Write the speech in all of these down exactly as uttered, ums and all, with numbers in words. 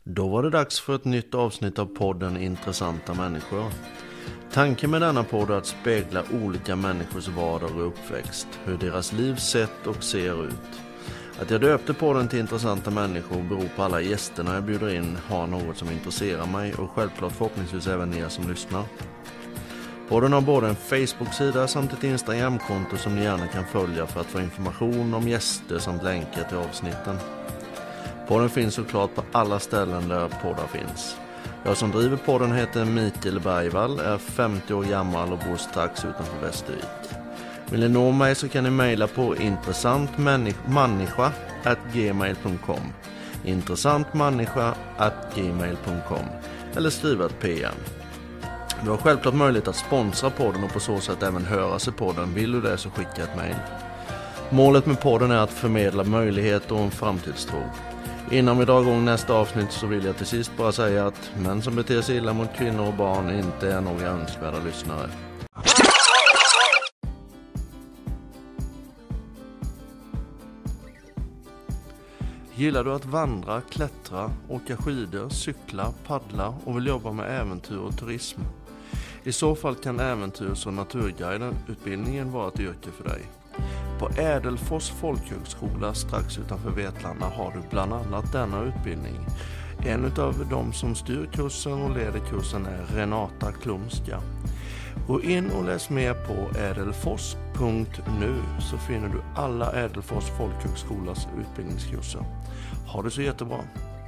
Då var det dags för ett nytt avsnitt av podden Intressanta människor. Tanken med denna podd är att spegla olika människors vardag och uppväxt, hur deras liv sett och ser ut. Att jag döpte podden till Intressanta människor beror på alla gästerna jag bjuder in har något som intresserar mig och självklart förhoppningsvis även er som lyssnar. Podden har både en Facebook-sida samt ett Instagram-konto som ni gärna kan följa för att få information om gäster samt länkar till avsnitten. Podden finns såklart på alla ställen där poddar finns. Jag som driver podden heter Mikael Bergvall, är femtio år gammal och bor strax utanför Västervik. Vill ni nå mig så kan ni mejla på intressantmänniska at gmail punkt com intressantmänniska at gmail punkt com eller skriva ett P M. Du har självklart möjlighet att sponsra podden och på så sätt även höras i podden. Vill du det så skicka ett mejl. Målet med podden är att förmedla möjligheter och en framtidstro. Innan vi drar igång nästa avsnitt så vill jag till sist bara säga att män som beter sig illa mot kvinnor och barn inte är några önskvärda lyssnare. Gillar du att vandra, klättra, åka skidor, cykla, paddla och vill jobba med äventyr och turism? I så fall kan äventyrs- och naturguiden-utbildningen vara ett yrke för dig. På Ädelfors folkhögskola strax utanför Vetlanda har du bland annat denna utbildning. En av de som styr kursen och leder kursen är Renata Klumska. Gå in och läs mer på ädelfors punkt nu så finner du alla Ädelfors folkhögskolas utbildningskurser. Ha det så jättebra!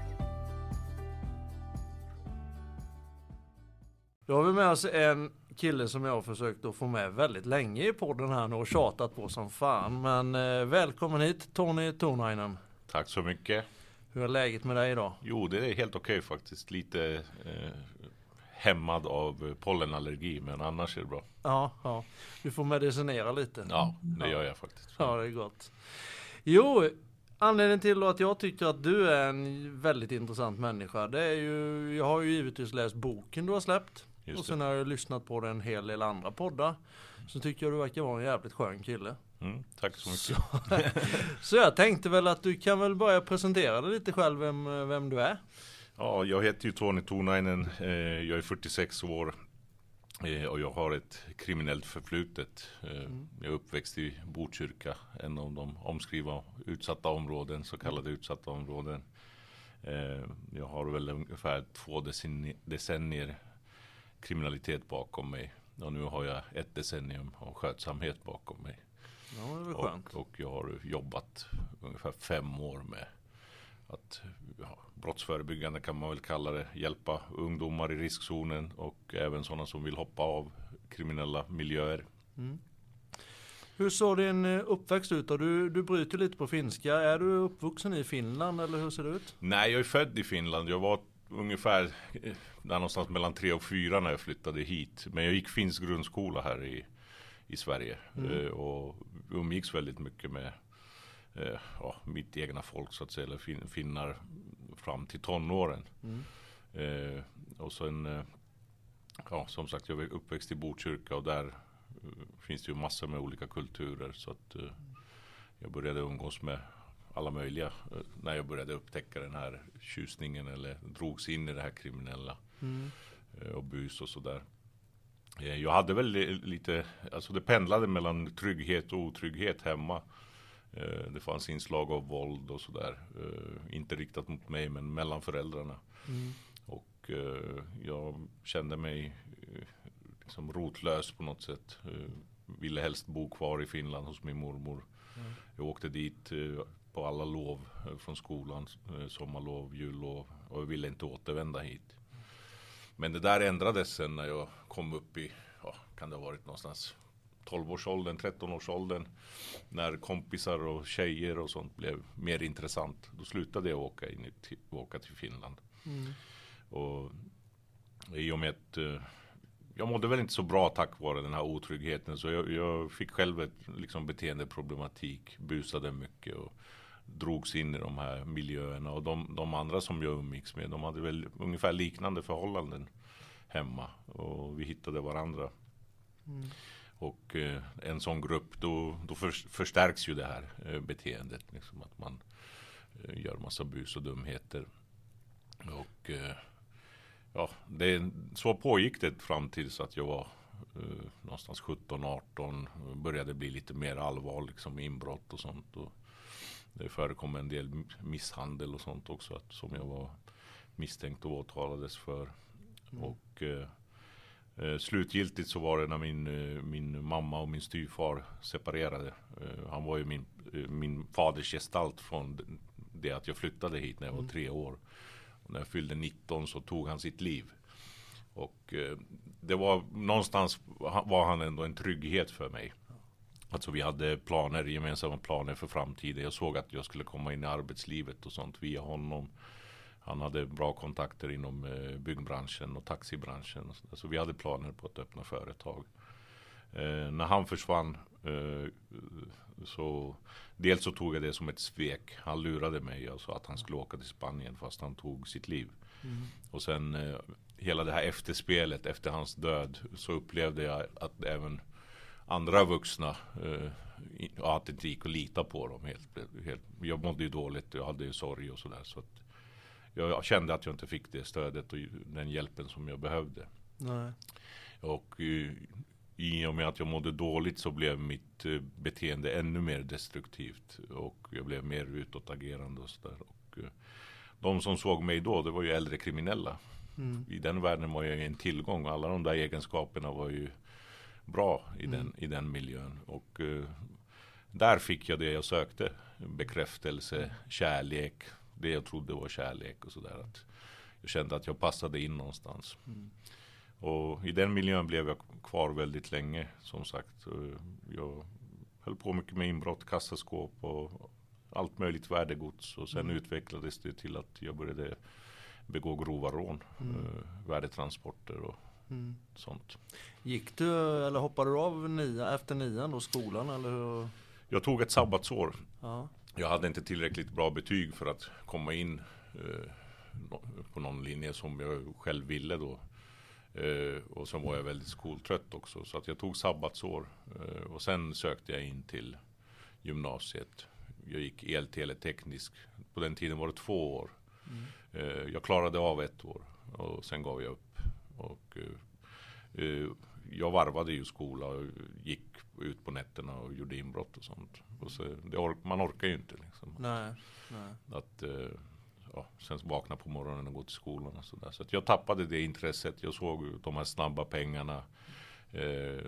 Då har vi med oss en kille som jag har försökt att få med väldigt länge i podden här nu och tjatat på som fan. Men eh, välkommen hit Tony Tornainen. Tack så mycket. Hur är läget med dig idag? Jo, det är helt okej faktiskt. Lite eh, hämmad av pollenallergi, men annars är det bra. Ja, ja. Du får medicinera lite. Ja, det ja. gör jag faktiskt. Ja, det är gott. Jo, anledningen till att jag tycker att du är en väldigt intressant människa, det är ju, jag har ju givetvis läst boken du har släppt. Och sen har jag lyssnat på en hel del andra poddar. Så tycker jag du verkar vara en jävligt skön kille. Mm, tack så mycket. Så, så jag tänkte väl att du kan väl börja presentera dig lite själv vem, vem du är. Ja, jag heter ju Tony Tornainen. Jag är fyrtiosex år. Och jag har ett kriminellt förflutet. Mm. Jag är uppväxt i Botkyrka. En av de omskrivna utsatta områden, så kallade utsatta områden. Jag har väl ungefär två decennier kriminalitet bakom mig. Och nu har jag ett decennium av skötsamhet bakom mig. Ja, det är skönt. Och, och jag har jobbat ungefär fem år med att ja, brottsförebyggande kan man väl kalla det, hjälpa ungdomar i riskzonen och även sådana som vill hoppa av kriminella miljöer. Mm. Hur såg din uppväxt ut då? Du, du bryter lite på finska. Är du uppvuxen i Finland eller hur ser det ut? Nej, jag är född i Finland. Jag var ungefär där någonstans mellan tre och fyra när jag flyttade hit. Men jag gick finsk grundskola här i, i Sverige. Mm. Eh, och umgicks väldigt mycket med eh, ja, mitt egna folk så att säga. Eller fin, finnar fram till tonåren. Mm. Eh, och sen, eh, ja som sagt, jag var uppväxt i Botkyrka och där eh, finns det ju massor med olika kulturer. Så att eh, jag började umgås med alla möjliga när jag började upptäcka den här tjusningen eller drogs in i det här kriminella mm. och bus och sådär. Jag hade väl lite, alltså det pendlade mellan trygghet och otrygghet hemma. Det fanns inslag av våld och sådär. Inte riktat mot mig men mellan föräldrarna. Mm. Och jag kände mig liksom rotlös på något sätt. Ville helst bo kvar i Finland hos min mormor. Mm. Jag åkte dit på alla lov från skolan, sommarlov, jullov, och jag ville inte återvända hit. Men det där ändrades sen när jag kom upp i, ja, kan det ha varit någonstans tolv-årsåldern, tretton-årsåldern, när kompisar och tjejer och sånt blev mer intressant. Då slutade jag åka, in till, åka till Finland. Mm. Och i och med att jag mådde väl inte så bra tack vare den här otryggheten, så jag, jag fick själv ett liksom, beteendeproblematik, busade mycket och drogs in i de här miljöerna. Och de, de andra som jag umgicks med, de hade väl ungefär liknande förhållanden hemma och vi hittade varandra. Mm. Och eh, en sån grupp, då, då för, förstärks ju det här eh, beteendet, liksom, att man eh, gör massa bus och dumheter. Och Och eh, ja, det, så pågick det fram tills att jag var eh, någonstans sjutton arton. Började bli lite mer allvar liksom, inbrott och sånt. Och det förekom en del misshandel och sånt också, att, som jag var misstänkt och åtalades för. Mm. Och eh, eh, slutgiltigt så var det när min, eh, min mamma och min styvfar separerade. Eh, han var ju min, eh, min faders gestalt från det att jag flyttade hit när jag var mm. tre år. Och när jag fyllde nitton så tog han sitt liv. Och eh, det var någonstans var han ändå en trygghet för mig. Alltså vi hade planer, gemensamma planer för framtiden. Jag såg att jag skulle komma in i arbetslivet och sånt via honom. Han hade bra kontakter inom eh, byggbranschen och taxibranschen. Så alltså, vi hade planer på att öppna företag. Eh, när han försvann eh, så dels så tog jag det som ett svek. Han lurade mig och sa att han skulle åka till Spanien fast han tog sitt liv. Mm. Och sen eh, hela det här efterspelet efter hans död så upplevde jag att även andra vuxna eh, att det inte gick att lita på dem helt, helt. Jag mådde ju dåligt, jag hade ju sorg och sådär, så att jag kände att jag inte fick det stödet och den hjälpen som jag behövde. Nej. Och eh, i och med att jag mådde dåligt så blev mitt eh, beteende ännu mer destruktivt och jag blev mer utåtagerande och sådär. Och eh, de som såg mig då, det var ju äldre kriminella. Mm. I den världen var jag en tillgång och alla de där egenskaperna var ju bra i, mm. den, i den miljön. Och uh, där fick jag det jag sökte. Bekräftelse, kärlek. Det jag trodde var kärlek och sådär. Att jag kände att jag passade in någonstans. Mm. Och i den miljön blev jag kvar väldigt länge. Som sagt, uh, jag höll på mycket med inbrott, kassaskåp och allt möjligt värdegods. Och sen mm. utvecklades det till att jag började begå grova rån. Mm. Uh, värdetransporter och Mm. sånt. Gick du eller hoppade du av nia, efter nian då, skolan eller hur? Jag tog ett sabbatsår. Ja. Jag hade inte tillräckligt bra betyg för att komma in eh, på någon linje som jag själv ville då. Eh, och så var jag väldigt skoltrött också, så att jag tog sabbatsår eh, och sen sökte jag in till gymnasiet. Jag gick el-teleteknisk. På den tiden var det två år. Mm. Eh, jag klarade av ett år och sen gav jag upp. Och uh, uh, jag varvade ju skola och gick ut på nätterna och gjorde inbrott och sånt. Och så, det or- man orkar ju inte liksom. Nej, nej. Att uh, ja, sen vakna på morgonen och gå till skolan och sådär. Så att jag tappade det intresset. Jag såg de här snabba pengarna. Uh,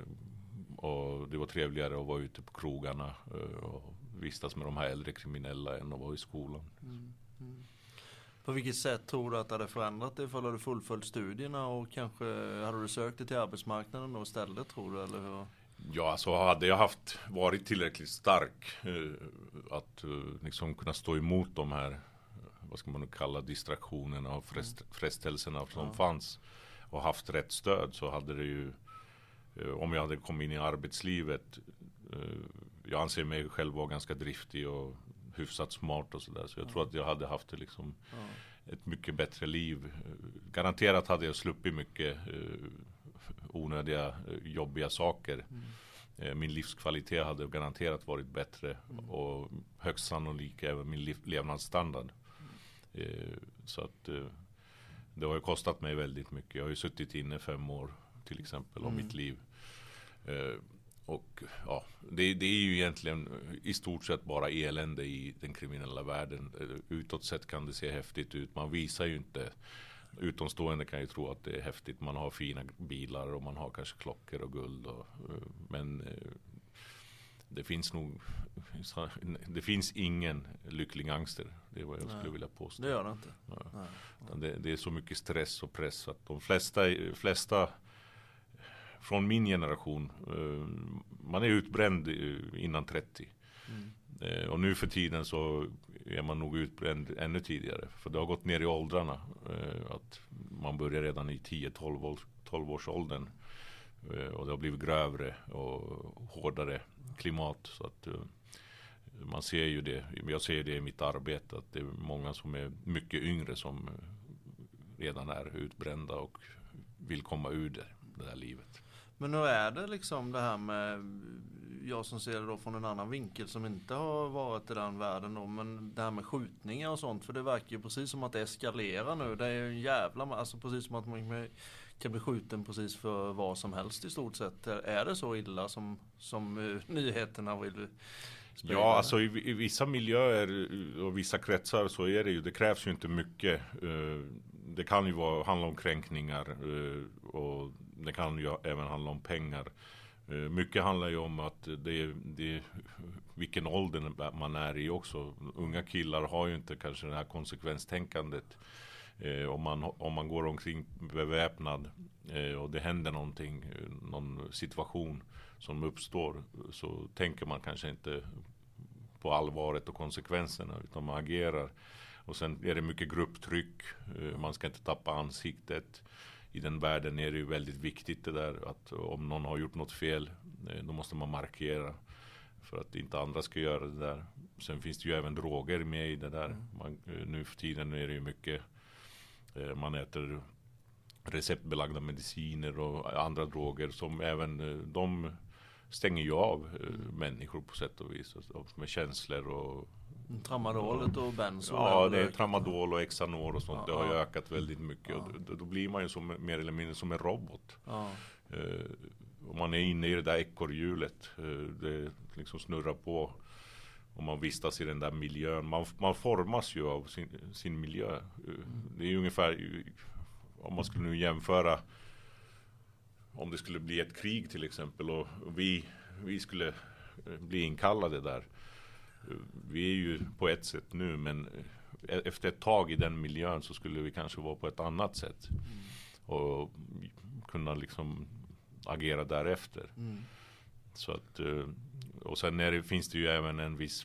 och det var trevligare att vara ute på krogarna uh, och vistas med de här äldre kriminella än att vara i skolan. Mm, mm. På vilket sätt tror du att det hade förändrat dig ifall du fullföljt studierna och kanske hade du sökt dig till arbetsmarknaden och istället, tror du, eller hur? Ja, alltså hade jag haft varit tillräckligt stark eh, att eh, liksom kunna stå emot de här, vad ska man nu kalla, distraktionerna och frest, frestelserna som ja. fanns och haft rätt stöd, så hade det ju, eh, om jag hade kommit in i arbetslivet, eh, jag anser mig själv vara ganska driftig och hyfsat smart och sådär. Så jag ja. tror att jag hade haft det liksom ja. ett mycket bättre liv. Garanterat hade jag sluppit mycket uh, onödiga, uh, jobbiga saker. Mm. Uh, min livskvalitet hade garanterat varit bättre mm. och högst sannolikt även min liv- levnadsstandard. Mm. Uh, så att uh, det har ju kostat mig väldigt mycket. Jag har ju suttit inne fem år till exempel om mm. mitt liv. Uh, Och ja, det, det är ju egentligen i stort sett bara elände i den kriminella världen. Utåt sett kan det se häftigt ut. Man visar ju inte, utomstående kan ju tro att det är häftigt. Man har fina bilar och man har kanske klockor och guld. Och, men det finns nog, det finns ingen lycklig angster. Det är vad jag Nej. skulle vilja påstå. Det gör det inte. Ja. Nej. Det, det är så mycket stress och press att de flesta, flesta från min generation, uh, man är utbränd uh, innan trettio. Mm. Uh, och nu för tiden så är man nog utbränd ännu tidigare. För det har gått ner i åldrarna. Uh, att man börjar redan i tio tolv års åldern. Uh, och det har blivit grövre och hårdare klimat. Så att uh, man ser ju det. Jag ser det i mitt arbete. Att det är många som är mycket yngre som redan är utbrända och vill komma ur det, det där livet. Men hur är det liksom det här med, jag som ser det då från en annan vinkel som inte har varit i den världen då, men det här med skjutningar och sånt, för det verkar ju precis som att det eskalerar nu. Det är ju en jävla, alltså precis som att man kan bli skjuten precis för vad som helst i stort sett. Är det så illa som, som uh, nyheterna vill spela? Ja, alltså i, i vissa miljöer och vissa kretsar så är det ju, det krävs ju inte mycket. Uh, det kan ju vara, handla om kränkningar uh, och det kan ju även handla om pengar. Uh, mycket handlar ju om att det, det vilken ålder man är i också. Unga killar har ju inte kanske det här konsekvenstänkandet. Eh, om, man, om man går omkring beväpnad eh, och det händer någonting, någon situation som uppstår, så tänker man kanske inte på allvaret och konsekvenserna, utan man agerar. Och sen är det mycket grupptryck, eh, man ska inte tappa ansiktet. I den världen är det ju väldigt viktigt det där att om någon har gjort något fel, eh, då måste man markera för att inte andra ska göra det där. Sen finns det ju även droger med i det där. Man, eh, nu för tiden är det ju mycket, man äter receptbelagda mediciner och andra droger som även de stänger ju av människor på sätt och vis med känslor och Tramadolet och benzo. Ja, det är tramadol och Xanor och sånt. Ja, det har ju ja. ökat väldigt mycket. Ja. Och då, då blir man ju som, mer eller mindre som en robot. Ja. Eh, och man är inne i det där ekorrhjulet. Eh, det liksom snurrar på. Och man vistas i den där miljön. Man, man formas ju av sin, sin miljö. Mm. Det är ju ungefär, om man skulle nu jämföra, om det skulle bli ett krig till exempel och vi, vi skulle bli inkallade där. Vi är ju på ett sätt nu, men efter ett tag i den miljön så skulle vi kanske vara på ett annat sätt. Mm. Och kunna liksom agera därefter. Mm. Så att, och sen är det, finns det ju även en viss,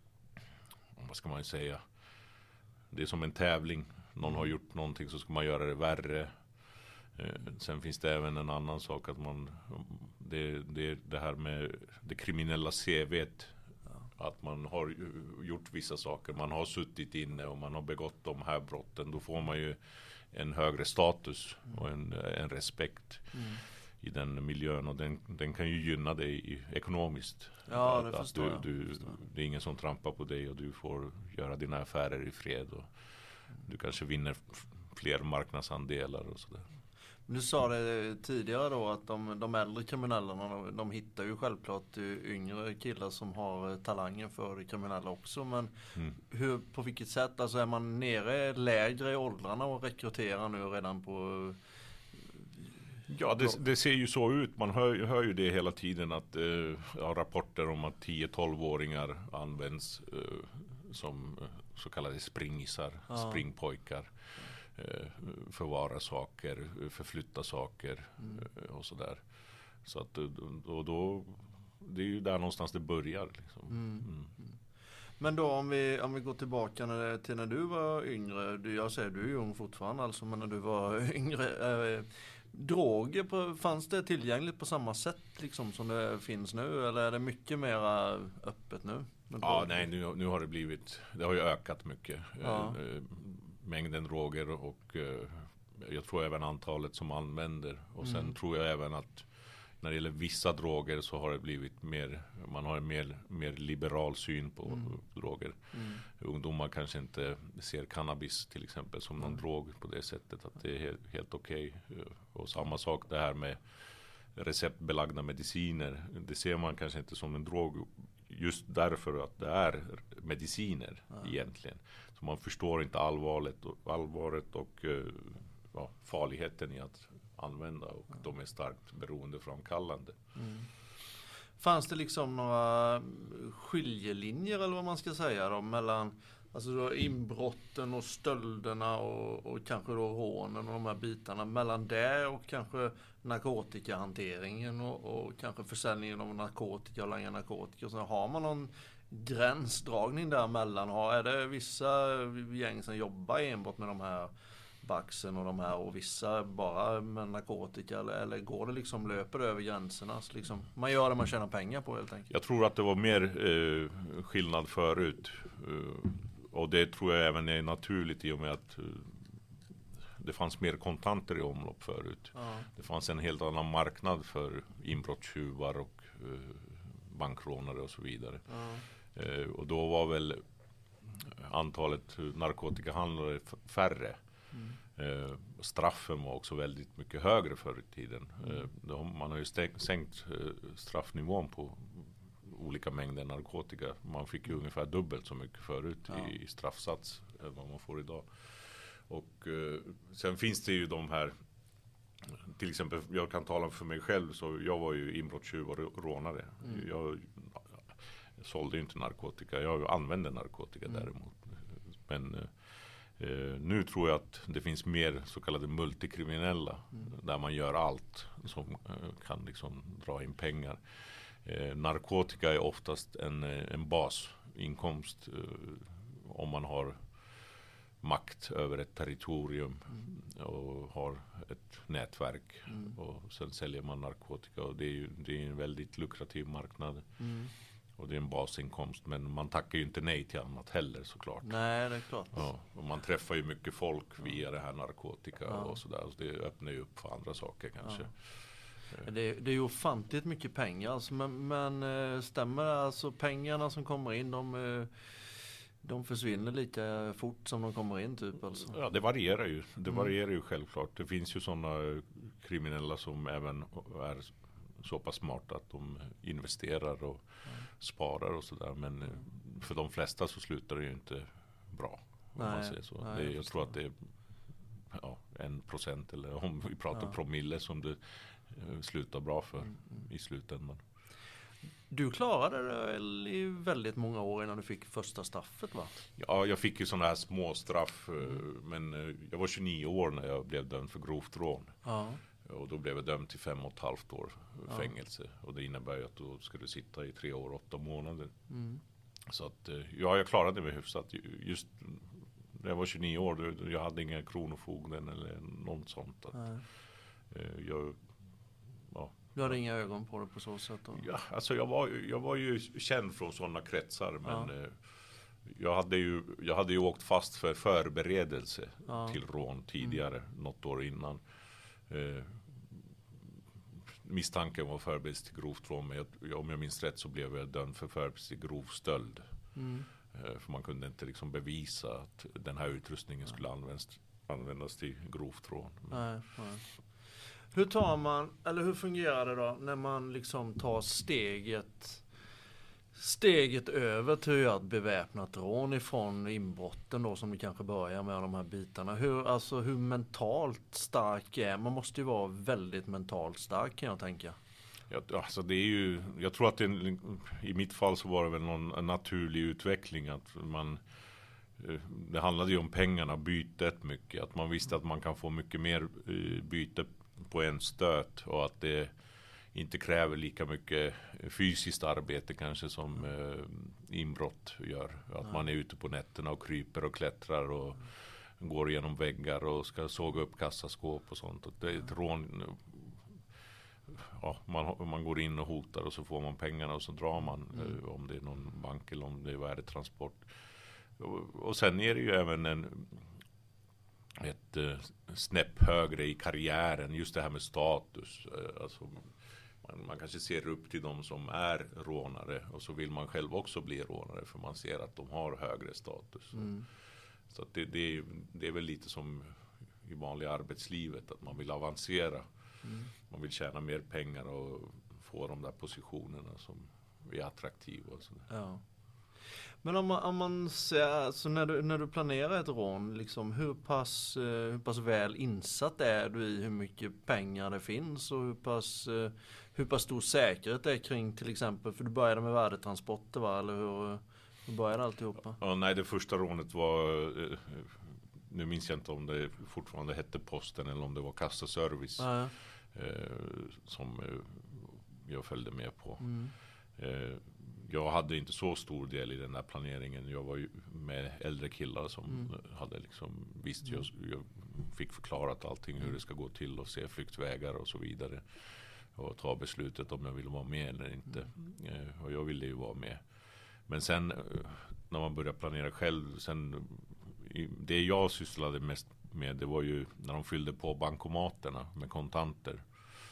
vad ska man säga, det är som en tävling. Någon har gjort någonting så ska man göra det värre. Sen finns det även en annan sak att man, det, det, det här med det kriminella C V:t, att man har gjort vissa saker, man har suttit inne och man har begått de här brotten, då får man ju en högre status och en, en respekt mm. i den miljön, och den, den kan ju gynna dig ekonomiskt. Ja, det att, förstår att jag. du, du, det är ingen som trampar på dig och du får göra dina affärer i fred och du kanske vinner fler marknadsandelar och sådär. Du sa det tidigare då att de, de äldre kriminellerna, de, de hittar ju självklart yngre killar som har talangen för det kriminella också, men mm. hur, på vilket sätt, alltså är man nere lägre i åldrarna och rekryterar nu redan på... Ja, det, det ser ju så ut. Man hör, hör ju det hela tiden att eh, ja, rapporter om att tio-tolv-åringar används eh, som så kallade springisar, ja. springpojkar. Förvara saker, förflytta saker mm. och sådär. Så att och då, det är ju där någonstans det börjar liksom. Mm. Mm. Men då om vi, om vi går tillbaka när, till när du var yngre, du, jag säger du är ung fortfarande alltså, men när du var yngre, eh, droger, på, fanns det tillgängligt på samma sätt liksom som det finns nu, eller är det mycket mer öppet nu? Ja, nej, nu, nu har det blivit, det har ju ökat mycket. Ja. Eh, mängden droger och eh, jag tror även antalet som använder, och sen mm. tror jag även att när det gäller vissa droger så har det blivit mer, man har en mer, mer liberal syn på mm. droger. Mm. Ungdomar kanske inte ser cannabis till exempel som någon mm. drog på det sättet att det är helt, helt okej. Okay. Och samma sak det här med receptbelagda mediciner, det ser man kanske inte som en drog just därför att det är mediciner ja. egentligen. Så man förstår inte allvaret och, allvaret och ja, farligheten i att använda, och ja. de är starkt beroendeframkallande. Mm. Fanns det liksom några skiljelinjer eller vad man ska säga då, mellan alltså då inbrotten och stölderna och, och kanske då rånen och de här bitarna, mellan det och kanske narkotikahanteringen och, och kanske försäljningen av narkotika och langa narkotika? Så har man någon gränsdragning däremellan? Har, är det vissa gäng som jobbar enbart med de här baxen och de här och vissa bara med narkotika, eller, eller går det liksom, löper det över gränserna? Så liksom, man gör det man tjänar pengar på helt enkelt. Jag tror att det var mer eh, skillnad förut. Eh, och det tror jag även är naturligt i och med att eh, det fanns mer kontanter i omlopp förut. Ja. Det fanns en helt annan marknad för inbrottstjuvar och uh, bankrånare och så vidare. Ja. Uh, och då var väl antalet narkotikahandlare f- färre. Mm. Uh, straffen var också väldigt mycket högre förr i tiden. Mm. Uh, då, man har ju stängt, sänkt uh, straffnivån på olika mängder narkotika. Man fick ju ungefär dubbelt så mycket förut Ja. i, i straffsats än vad man får idag. Och uh, sen finns det ju de här, till exempel, jag kan tala för mig själv, så jag var ju inbrottstjuv och rånare. Mm. Jag, jag sålde ju inte narkotika, jag använde narkotika mm. däremot. Men uh, nu tror jag att det finns mer så kallade multikriminella mm. där man gör allt som uh, kan liksom dra in pengar. Eh, narkotika är oftast en, en basinkomst eh, om man har makt över ett territorium mm. och har ett nätverk mm. och sen säljer man narkotika, och det är ju det är en väldigt lukrativ marknad mm. och det är en basinkomst, men man tackar ju inte nej till annat heller, såklart. Nej, det är klart. Ja, och man träffar ju mycket folk via det här narkotika ja. och sådär, så det öppnar ju upp för andra saker kanske. Ja. Det, det är ju ofantligt mycket pengar alltså, men, men stämmer det, alltså pengarna som kommer in, de, de försvinner lika fort som de kommer in typ alltså? Ja, det varierar ju. Det varierar mm. ju självklart. Det finns ju sådana kriminella som även är så pass smarta att de investerar och mm. sparar och sådär, men för de flesta så slutar det ju inte bra. Om nej, man säger så. Nej, det, jag, jag tror att det är ja, en procent, eller om vi pratar ja. promille, som det slutar bra för mm. i slutändan. Du klarade det väl i väldigt många år innan du fick första straffet, va? Ja, jag fick ju sådana här små straff, mm. men jag var tjugonio år när jag blev dömd för grovt rån. Ja. Och då blev jag dömd till fem och ett halvt år fängelse. Ja. Och det innebär ju att då ska du sitta i tre år och åtta månader. Mm. Så att, ja, jag klarade mig hyfsat. Just när jag var tjugonio år, jag hade inga kronofogden eller något sånt. Att, jag Ja. Du hade inga ögon på det på så sätt då? Ja, alltså jag var, jag var ju känd från sådana kretsar, men ja. eh, jag, hade ju, jag hade ju åkt fast för förberedelse ja. till rån tidigare, mm. något år innan. Eh, misstanken var förberedelse till grovt rån, men jag, om jag minns rätt så blev jag dömd för förberedelse till grov stöld. Mm. Eh, för man kunde inte liksom bevisa att den här utrustningen ja. skulle användas, användas till grovt rån. Nej, nej. Hur tar man, eller hur fungerar det då när man liksom tar steget steget över till att beväpnat rån ifrån inbrotten då, som vi kanske börjar med de här bitarna. Hur, alltså hur mentalt stark är man? Måste ju vara väldigt mentalt stark, kan jag tänka. Ja, alltså det är ju, jag tror att det, i mitt fall så var det väl någon naturlig utveckling att man, det handlade ju om pengarna, bytet mycket, att man visste att man kan få mycket mer byte på en stöt, och att det inte kräver lika mycket fysiskt arbete kanske som eh, inbrott gör. Att ja. man är ute på nätterna och kryper och klättrar och mm. går igenom väggar och ska såga upp kassaskåp och sånt. Och det är ett rån. Ja, man, man går in och hotar och så får man pengarna och så drar man mm. eh, om det är någon bank eller om det är värdetransport. Och, och sen är det ju även en ett eh, snäpp högre i karriären, just det här med status. Eh, alltså, man, man kanske ser upp till de som är rånare, och så vill man själv också bli rånare för man ser att de har högre status. Mm. Så att det, det, är, det är väl lite som i vanliga arbetslivet, att man vill avancera. Mm. Man vill tjäna mer pengar och få de där positionerna som är attraktiva. Och sådär. Ja. Men om man, om man ser, så när du, när du planerar ett rån, liksom, hur, pass, hur pass väl insatt är du i hur mycket pengar det finns och hur pass, hur pass stor säkerhet det är kring, till exempel, för du började med värdetransporter, va? Eller hur, hur började alltihopa? Ja, nej, det första rånet var, nu minns jag inte om det fortfarande hette Posten eller om det var kassaservice ja, ja. Eh, som jag följde med på. Mm. Eh, Jag hade inte så stor del i den här planeringen. Jag var ju med äldre killar som mm. hade liksom visst, jag, jag fick förklarat allting, hur det ska gå till och se flyktvägar och så vidare. Och ta beslutet om jag ville vara med eller inte. Mm. Och jag ville ju vara med. Men sen när man börjar planera själv, sen det jag sysslade mest med, det var ju när de fyllde på bankomaterna med kontanter.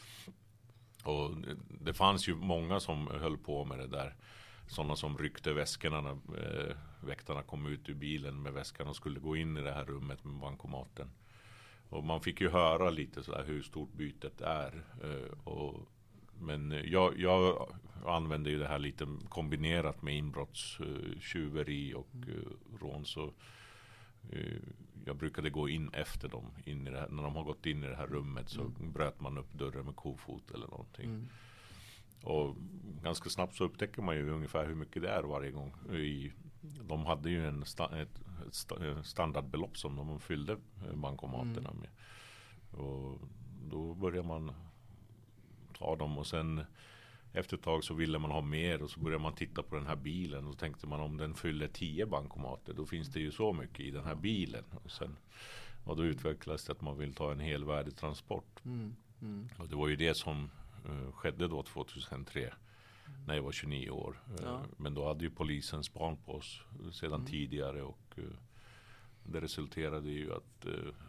Och det fanns ju många som höll på med det där. Sådana som ryckte väskorna när eh, väktarna kom ut ur bilen med väskan och skulle gå in i det här rummet med bankomaten. Och man fick ju höra lite sådär hur stort bytet är. Eh, och, men jag, jag använde ju det här lite kombinerat med inbrottstjuveri och eh, rån. Så eh, jag brukade gå in efter dem. In i det här, när de har gått in i det här rummet så mm. bröt man upp dörren med kofot eller någonting. Mm. Och ganska snabbt så upptäcker man ju ungefär hur mycket det är varje gång. I, de hade ju en sta, ett, ett standardbelopp som de fyllde bankomaterna mm. med. Och då börjar man ta dem och sen efter ett tag så ville man ha mer och så började man titta på den här bilen och då tänkte man om den fyller tio bankomater då finns det ju så mycket i den här bilen. Och, sen, och då utvecklades det att man vill ta en helvärdig transport. Mm. Mm. Och det var ju det som skedde då tjugohundratre mm. när jag var tjugonio år. Ja. Men då hade ju polisen span på oss sedan mm. tidigare och det resulterade ju att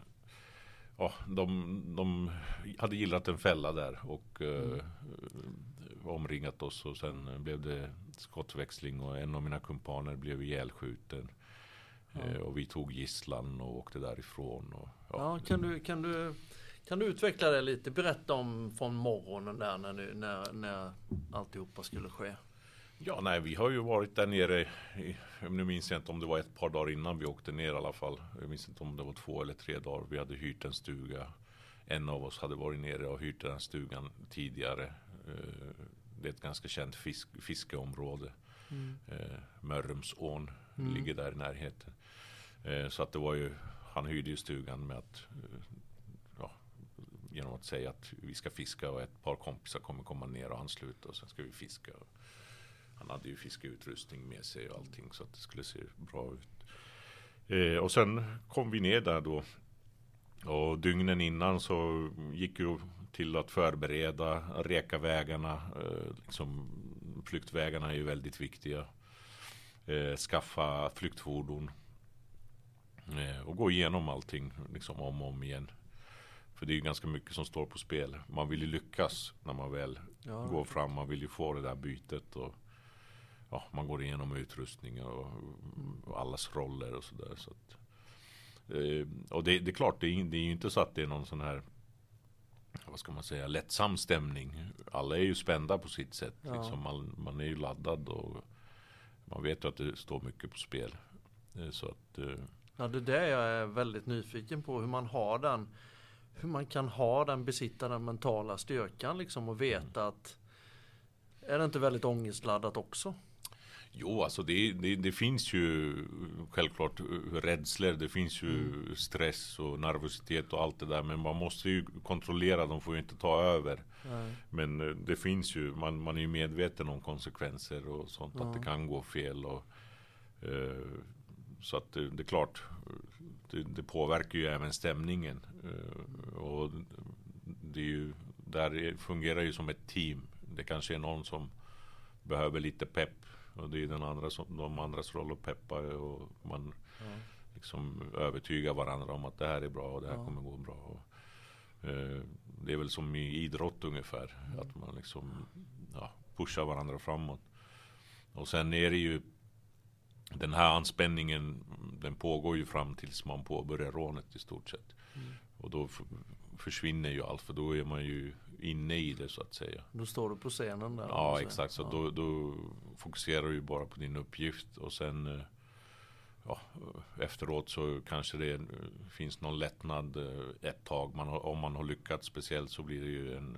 ja, de, de hade gillat en fälla där och mm. omringat oss och sen blev det skottväxling och en av mina kumpaner blev ihjälskjuten. Ja. Och vi tog gisslan och åkte därifrån. Och, ja. Ja, kan du... Kan du... Kan du utveckla det lite? Berätta om från morgonen där när, nu, när, när alltihopa skulle ske. Ja, nej, vi har ju varit där nere. I, nu minns jag inte om det var ett par dagar innan vi åkte ner i alla fall. Jag minns inte om det var två eller tre dagar. Vi hade hyrt en stuga. En av oss hade varit nere och hyrt den stugan tidigare. Det är ett ganska känt fisk, fiskeområde. Mm. Mörrumsån mm. ligger där i närheten. Så att det var ju, han hyrde ju stugan med att genom att säga att vi ska fiska och ett par kompisar kommer komma ner och ansluta och sen ska vi fiska. Han hade ju fiskeutrustning med sig och allting så att det skulle se bra ut. Eh, och sen kom vi ner där då och dygnen innan så gick ju till att förbereda, reka vägarna. Eh, liksom, flyktvägarna är ju väldigt viktiga. Eh, skaffa flyktfordon eh, och gå igenom allting liksom om och om igen. För det är ju ganska mycket som står på spel. Man vill ju lyckas när man väl ja, går fram. Man vill ju få det där bytet. Och ja, man går igenom utrustningar och, och allas roller och sådär. Så att, eh, och det, det är klart, det är, det är ju inte så att det är någon sån här, vad ska man säga, lättsam stämning. Alla är ju spända på sitt sätt. Ja. Liksom man, man är ju laddad och man vet ju att det står mycket på spel. Eh, så att, eh, ja, det är det jag är väldigt nyfiken på. Hur man har den... Hur man kan ha den, besitta den mentala styrkan liksom och veta att är det inte väldigt ångestladdat också? Jo, alltså det, det, det finns ju självklart rädslor, det finns ju mm. stress och nervositet och allt det där, men man måste ju kontrollera, de får ju inte ta över. Nej. Men det finns ju, man, man är ju medveten om konsekvenser och sånt, ja. Att det kan gå fel och eh, så att det, det är klart, det, det påverkar ju även stämningen och det är ju, där fungerar ju som ett team. Det kanske är någon som behöver lite pepp och det är den andra som, de andras roll att peppa och man ja. liksom övertygar varandra om att det här är bra och det här ja. kommer gå bra. Och, eh, det är väl som i idrott ungefär, mm. att man liksom ja, pushar varandra framåt. Och sen är det ju den här anspänningen, den pågår ju fram tills man påbörjar rånet i stort sett. Mm. Och då f- försvinner ju allt, för då är man ju inne i det så att säga. Då står du på scenen där. Ja, exakt. Så ja. Då, då fokuserar du ju bara på din uppgift och sen ja, efteråt så kanske det finns någon lättnad ett tag. Man har, om man har lyckats speciellt så blir det ju en...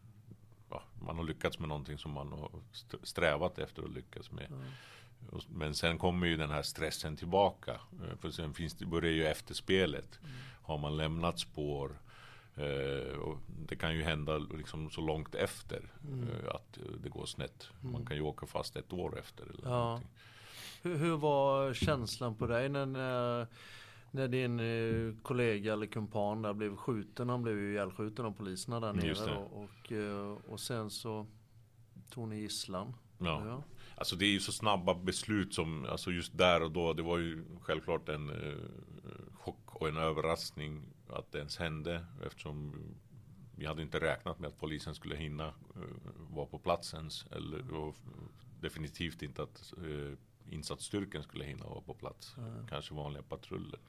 Ja, man har lyckats med någonting som man har strävat efter att lyckas med. Ja. Men sen kommer ju den här stressen tillbaka. För sen finns det, börjar ju efterspelet. Mm. Har man lämnat spår eh, och det kan ju hända liksom så långt efter mm. eh, att det går snett. Mm. Man kan ju åka fast ett år efter. Eller ja. hur, hur var känslan på dig när, när, när din eh, kollega eller kumpan där blev skjuten? Han blev ju ihjälskjuten av poliserna där nere. Och, och, och sen så tog ni gisslan. Ja. Ja. Alltså det är ju så snabba beslut som, alltså just där och då, det var ju självklart en eh, chock och en överraskning att det ens hände, eftersom vi hade inte räknat med att polisen skulle hinna eh, vara på platsen, eller och definitivt inte att eh, insatsstyrkan skulle hinna vara på plats. Mm. Kanske vanliga patruller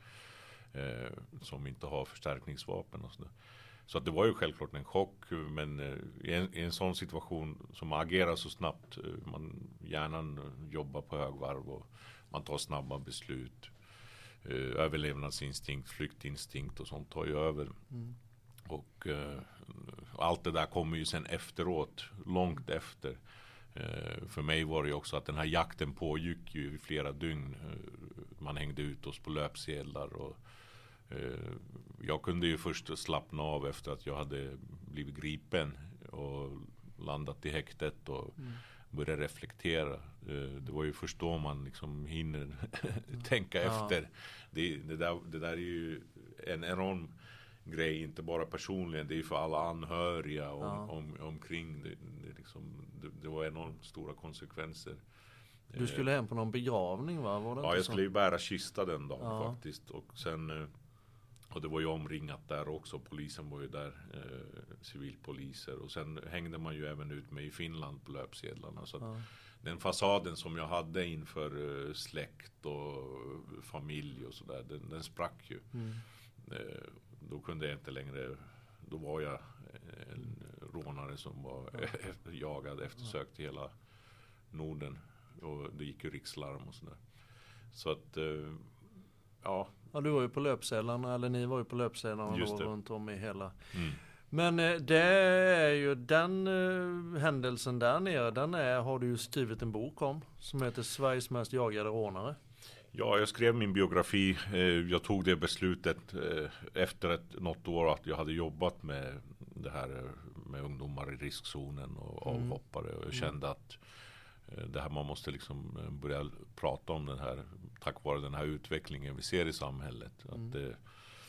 eh, som inte har förstärkningsvapen och sådär. Så att det var ju självklart en chock, men eh, i, en, i en sån situation som agerar så snabbt, eh, man hjärnan jobbar på högvarv och man tar snabba beslut. Eh, överlevnadsinstinkt, flyktinstinkt och sånt tar ju över. Mm. Och eh, allt det där kommer ju sen efteråt, långt efter. Eh, för mig var det ju också att den här jakten pågick ju i flera dygn. Eh, man hängde ut oss på löpsedlar och eh, jag kunde ju först slappna av efter att jag hade blivit gripen och landat i häktet och mm. börja reflektera. Eh, det var ju först då man liksom hinner tänka ja. efter. Det, det, där, det där är ju en enorm grej, inte bara personligen, det är för alla anhöriga om, ja. om, omkring det, det, liksom, det, det var enormt stora konsekvenser. Du skulle hem på någon begravning, va? Var det ja, jag skulle ju bära kista den dagen ja. faktiskt, och sen och det var ju omringat där också, polisen var ju där, eh, civilpoliser, och sen hängde man ju även ut med i Finland på löpsedlarna, så att ja. den fasaden som jag hade inför eh, släkt och familj och sådär, den, den sprack ju. Mm. Eh, då kunde jag inte längre, då var jag en rånare som var ja. jagad, eftersökt i hela Norden, och det gick ju rikslarm och sådär. Så att eh, ja. Ja, du var ju på löpsedlarna, eller ni var ju på löpsedlarna då, runt om i hela. Mm. Men eh, det är ju den eh, händelsen där nere, den är, har du ju skrivit en bok om, som heter Sveriges mest jagade rånare. Ja, jag skrev min biografi. Jag tog det beslutet efter ett, något år att jag hade jobbat med det här med ungdomar i riskzonen och avhoppare. Och jag kände att det här, man måste liksom börja prata om den här, tack vare den här utvecklingen vi ser i samhället. Mm. Att det,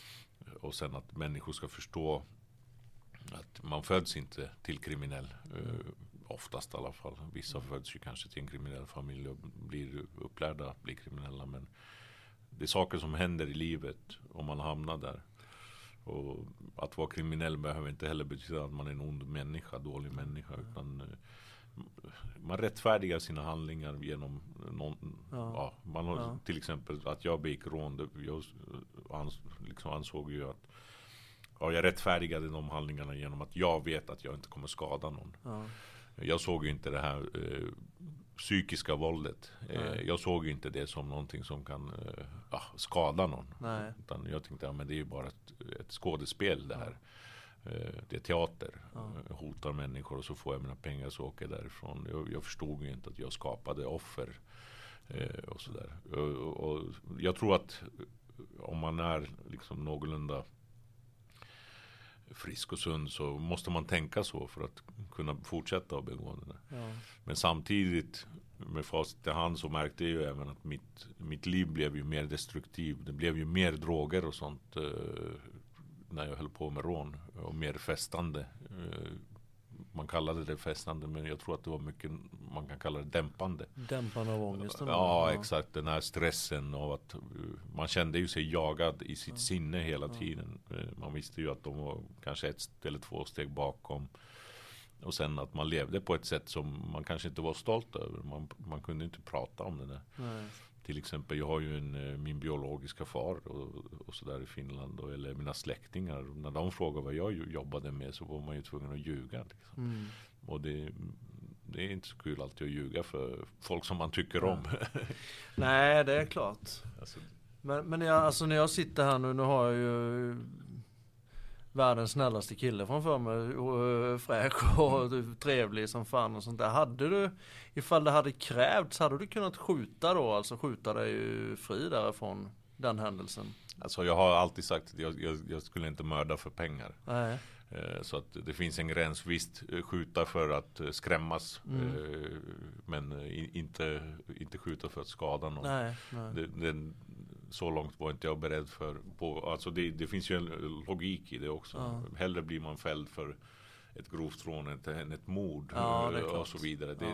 och sen att människor ska förstå att man föds inte till kriminell. Mm. Oftast i alla fall. Vissa föds ju kanske till en kriminell familj och blir upplärda att bli kriminella. Men det är saker som händer i livet om man hamnar där. Och att vara kriminell behöver inte heller betyda att man är en ond människa, dålig människa. Utan man rättfärdigar sina handlingar genom någon, ja. Ja, man har, ja. till exempel att jag begick rån. Jag ans, liksom ansåg ju att ja, jag rättfärdigade de handlingarna genom att jag vet att jag inte kommer skada någon. Ja. Jag såg ju inte det här eh, psykiska våldet. Eh, jag såg ju inte det som någonting som kan eh, ah, skada någon. Nej. Utan jag tänkte, ja, men det är ju bara ett, ett skådespel det här. Ja. Eh, det är teater. Ja. Jag hotar människor och så får jag mina pengar så åker jag därifrån. Jag, jag förstod ju inte att jag skapade offer. Eh, och sådär. Och, och jag tror att om man är liksom någorlunda frisk och sund så måste man tänka så för att kunna fortsätta att begå det. Ja. Men samtidigt med facit i hand så märkte jag ju även att mitt, mitt liv blev ju mer destruktiv. Det blev ju mer droger och sånt eh, när jag höll på med rån, och mer festande. Eh, man kallade det festande, men jag tror att det var mycket, man kan kalla det dämpande. Dämpande av ångesten? Ja, ja, exakt. Den här stressen av att man kände ju sig jagad i sitt ja. sinne hela ja. tiden. Man visste ju att de var kanske ett eller två steg bakom. Och sen att man levde på ett sätt som man kanske inte var stolt över. Man, man kunde inte prata om det där. Nej. Till exempel, jag har ju en, min biologiska far och, och så där i Finland, och, eller mina släktingar. När de frågade vad jag jobbade med så var man ju tvungen att ljuga. Liksom. Mm. Och det, det är inte så kul alltid att ljuga för folk som man tycker ja. om. Nej, det är klart. Alltså, men men jag, alltså, när jag sitter här nu, nu har jag ju världens snällaste kille framför mig, och fräsch och mm. trevlig som fan och sånt där. Hade du, ifall det hade krävts, hade du kunnat skjuta då, alltså skjuta dig fri därifrån den händelsen? Alltså jag har alltid sagt att jag, jag, jag skulle inte mörda för pengar. Nej. Så att det finns en gräns, visst skjuta för att skrämmas, mm. men inte, inte skjuta för att skada någon. Nej, nej. Det, det, så långt var inte jag beredd för. På, alltså det, det finns ju en logik i det också. Ja. Hellre blir man fälld för ett grovt rån än ett mord, ja, och så vidare. Det, ja.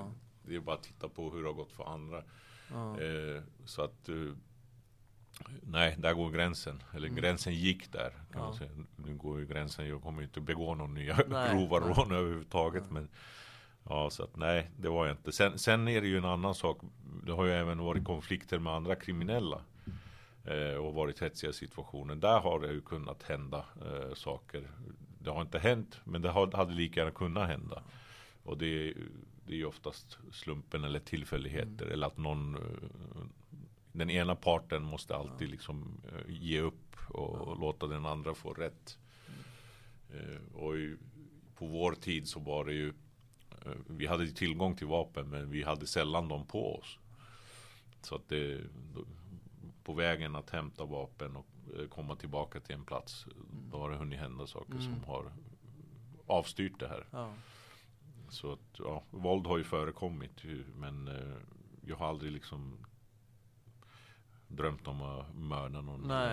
det är bara att titta på hur det har gått för andra. Ja. Eh, så att eh, nej, där går gränsen. Eller mm. gränsen gick där kan ja. man säga. Nu går ju gränsen, jag kommer ju inte begå någon nya nej, grova nej. rån överhuvudtaget. Nej. Men ja, så att nej, det var jag inte. Sen, sen är det ju en annan sak. Det har ju även varit konflikter med andra kriminella. Eh, och varit hetsiga situationer. Där har det ju kunnat hända eh, saker. Det har inte hänt, men det hade lika gärna kunnat hända. Och det, det är ju oftast slumpen eller tillfälligheter. Mm. Eller att någon, den ena parten måste alltid liksom ge upp och ja. låta den andra få rätt. Mm. Och i, på vår tid så var det ju, vi hade tillgång till vapen, men vi hade sällan dem på oss. Så att det, på vägen att hämta vapen och komma tillbaka till en plats, då har det hunnit hända saker mm. som har avstyrt det här. Ja. Så att, ja, våld har ju förekommit, men eh, jag har aldrig liksom drömt om att mörda någon. Nej.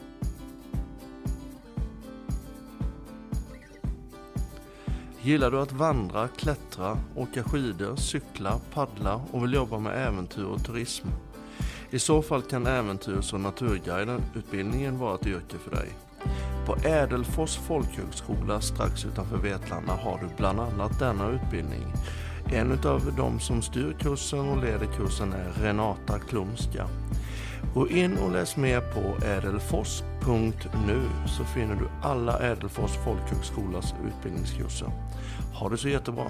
Gillar du att vandra, klättra, åka skidor, cykla, paddla och vill jobba med äventyr och turism? I så fall kan äventyrs- och naturguiden-utbildningen vara ett yrke för dig. På Ädelfors folkhögskola strax utanför Vetlanda har du bland annat denna utbildning. En av de som styr kursen och leder kursen är Renata Klumska. Gå in och läs mer på ädelfors punkt nu så finner du alla Ädelfors folkhögskolas utbildningskurser. Ha det så jättebra!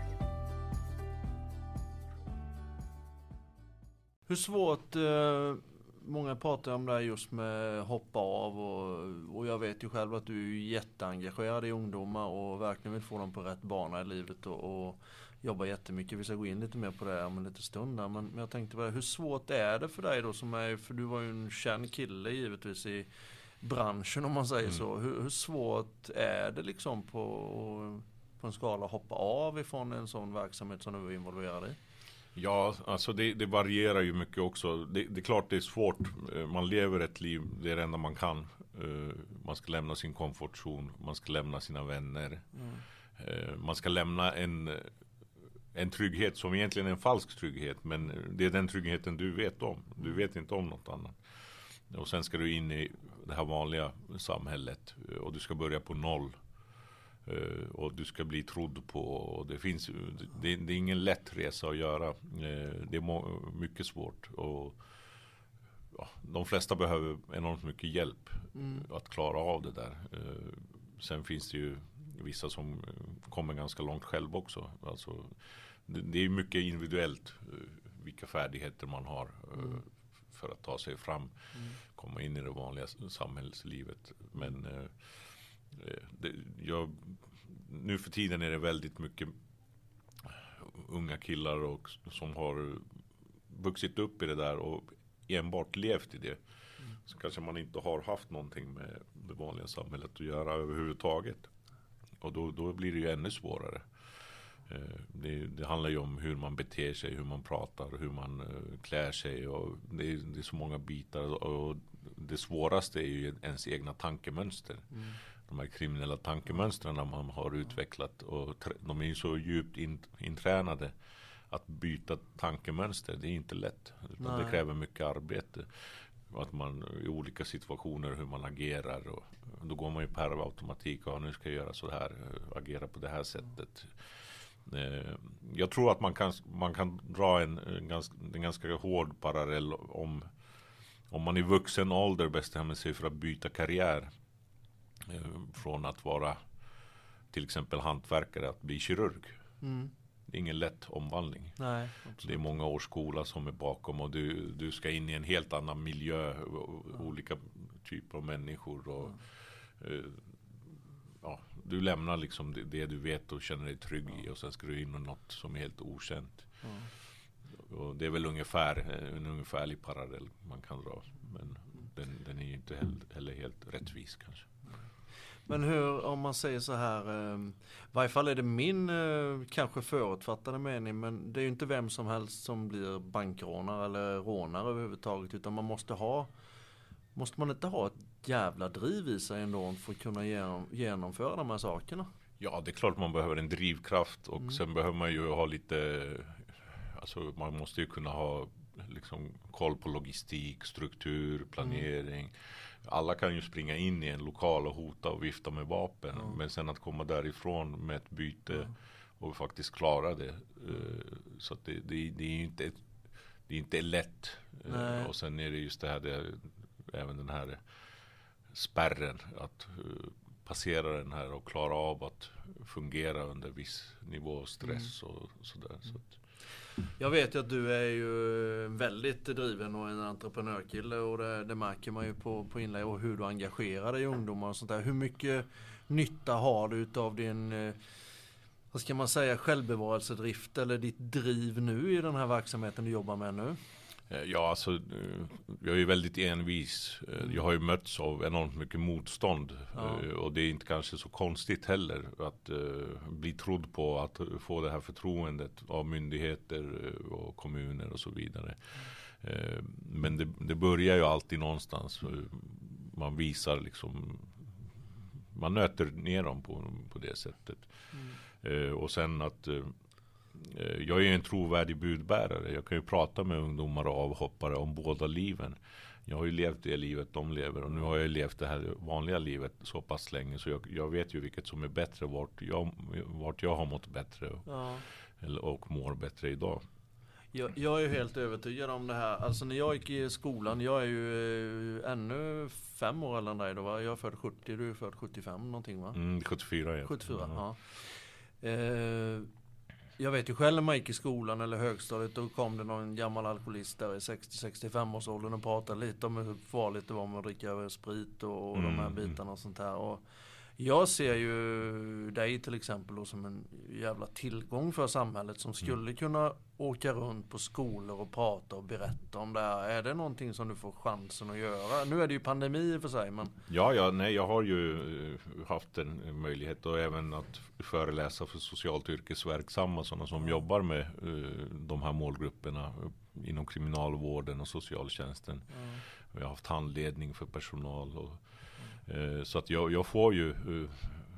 Hur svårt... Eh... Många pratar om det här just med hoppa av och, och jag vet ju själv att du är jätteengagerad i ungdomar och verkligen vill få dem på rätt bana i livet och, och jobbar jättemycket. Vi ska gå in lite mer på det om en liten stund där. Men, men jag tänkte bara, hur svårt är det för dig då som är, för du var ju en känd kille givetvis i branschen om man säger mm. så. Hur, hur svårt är det liksom på, på en skala att hoppa av ifrån en sån verksamhet som du är involverad i? Ja, alltså det, det varierar ju mycket också. Det, det är klart det är svårt. Man lever ett liv, det är det enda man kan. Man ska lämna sin komfortzon, man ska lämna sina vänner. Mm. Man ska lämna en, en trygghet som egentligen är en falsk trygghet. Men det är den tryggheten du vet om. Du vet inte om något annat. Och sen ska du in i det här vanliga samhället och du ska börja på noll. Uh, och du ska bli trodd på och det finns det, det är ingen lätt resa att göra. Uh, det är må, mycket svårt och ja, de flesta behöver enormt mycket hjälp mm. att klara av det där. Uh, sen finns det ju vissa som kommer ganska långt själv också. Alltså, det, det är mycket individuellt uh, vilka färdigheter man har uh, mm. för att ta sig fram, mm. komma in i det vanliga samhällslivet. Men uh, Det, jag, nu för tiden är det väldigt mycket unga killar och, som har vuxit upp i det där och enbart levt i det. Mm. Så kanske man inte har haft någonting med det vanliga samhället att göra överhuvudtaget. Och då, då blir det ju ännu svårare. Det, det handlar ju om hur man beter sig, hur man pratar, hur man klär sig. Och det, är, det är så många bitar och det svåraste är ju ens egna tankemönster. Mm. De här kriminella tankemönstren man har utvecklat och de är ju så djupt intränade att byta tankemönster, det är inte lätt. Utan det kräver mycket arbete. Att man i olika situationer hur man agerar och då går man ju per automatik och nu ska jag göra så här, agera på det här sättet. Jag tror att man kan, man kan dra en, en, ganska, en ganska hård parallell om, om man i vuxen ålder bestämmer sig för att byta karriär från att vara till exempel hantverkare att bli kirurg. Mm. Det är ingen lätt omvandling. Nej, det är många års skola som är bakom och du, du ska in i en helt annan miljö och ja. olika typer av människor och ja. Uh, ja, du lämnar liksom det, det du vet och känner dig trygg ja. i och sen ska du in i något som är helt okänt. Ja. Och det är väl ungefär en ungefärlig parallell man kan dra, men den, den är ju inte heller, heller helt rättvis kanske. Men hur, om man säger så här, eh, i varje fall är det min eh, kanske förutfattade mening, men det är ju inte vem som helst som blir bankrånare eller rånare överhuvudtaget, utan man måste ha, måste man inte ha ett jävla driv i sig ändå för att kunna genom, genomföra de här sakerna? Ja, det är klart man behöver en drivkraft och mm. sen behöver man ju ha lite Alltså man måste ju kunna ha liksom koll på logistik, struktur, planering. Mm. Alla kan ju springa in i en lokal och hota och vifta med vapen. Mm. Men sen att komma därifrån med ett byte mm. och faktiskt klara det. Uh, så att det, det, det är ju inte, det är inte lätt. Uh, och sen är det just det här, det, även den här spärren. Att uh, passera den här och klara av att fungera under viss nivå av stress mm. och sådär. Så att, jag vet ju att du är ju väldigt driven och en entreprenörkille, och det, det märker man ju på, på inlägg och hur du engagerar dig i ungdomar och sånt där. Hur mycket nytta har du av din, vad ska man säga, självbevarelsedrift eller ditt driv nu i den här verksamheten du jobbar med nu? Ja, alltså jag är ju väldigt envis. Jag har ju mötts av enormt mycket motstånd. Ja. Och det är inte kanske så konstigt heller att uh, bli trodd på, att få det här förtroendet av myndigheter och kommuner och så vidare. Mm. Uh, men det, det börjar ju alltid någonstans. Man visar liksom, man nöter ner dem på, på det sättet. Mm. Uh, och sen att uh, jag är en trovärdig budbärare. Jag kan ju prata med ungdomar och avhoppare om båda liven. Jag har ju levt det livet de lever, och nu har jag levt det här vanliga livet så pass länge, så jag, jag vet ju vilket som är bättre, vart jag, vart jag har mått bättre och, ja. och mår bättre idag. Jag, jag är ju helt övertygad om det här. Alltså när jag gick i skolan, jag är ju eh, ännu fem år eller än dig då, va? Jag är född sjuttio, du är född sjuttiofem någonting, va? Mm, sjuttiofyra. Ja. sjuttiofyra, ja. ja. Eh, Jag vet ju själv när man gick i skolan eller högstadiet, då kom det någon gammal alkoholist där i sextio till sextiofem års åldern och pratade lite om hur farligt det var med att dricka sprit och, och mm. de här bitarna och sånt här. Och jag ser ju dig till exempel då som en jävla tillgång för samhället som skulle mm. kunna åka runt på skolor och prata och berätta om det här. Är det någonting som du får chansen att göra? Nu är det ju pandemi för sig, men... Ja, ja, nej, jag har ju haft en möjlighet och även att föreläsa för socialt yrkesverksamma, sådana som mm. jobbar med uh, de här målgrupperna inom kriminalvården och socialtjänsten. Mm. Jag har haft handledning för personal och så att jag, jag får ju uh,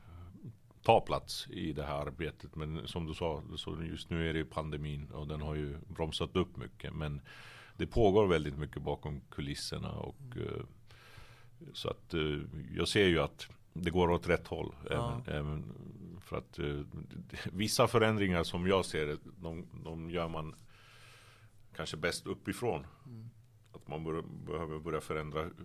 ta plats i det här arbetet. Men som du sa, så just nu är det pandemin och den har ju bromsat upp mycket. Men det pågår väldigt mycket bakom kulisserna. Och, uh, så att uh, jag ser ju att det går åt rätt håll. Ja. Även, även för att uh, vissa förändringar som jag ser det, de, de gör man kanske bäst uppifrån. Mm. Att man bör, behöver börja förändra uh,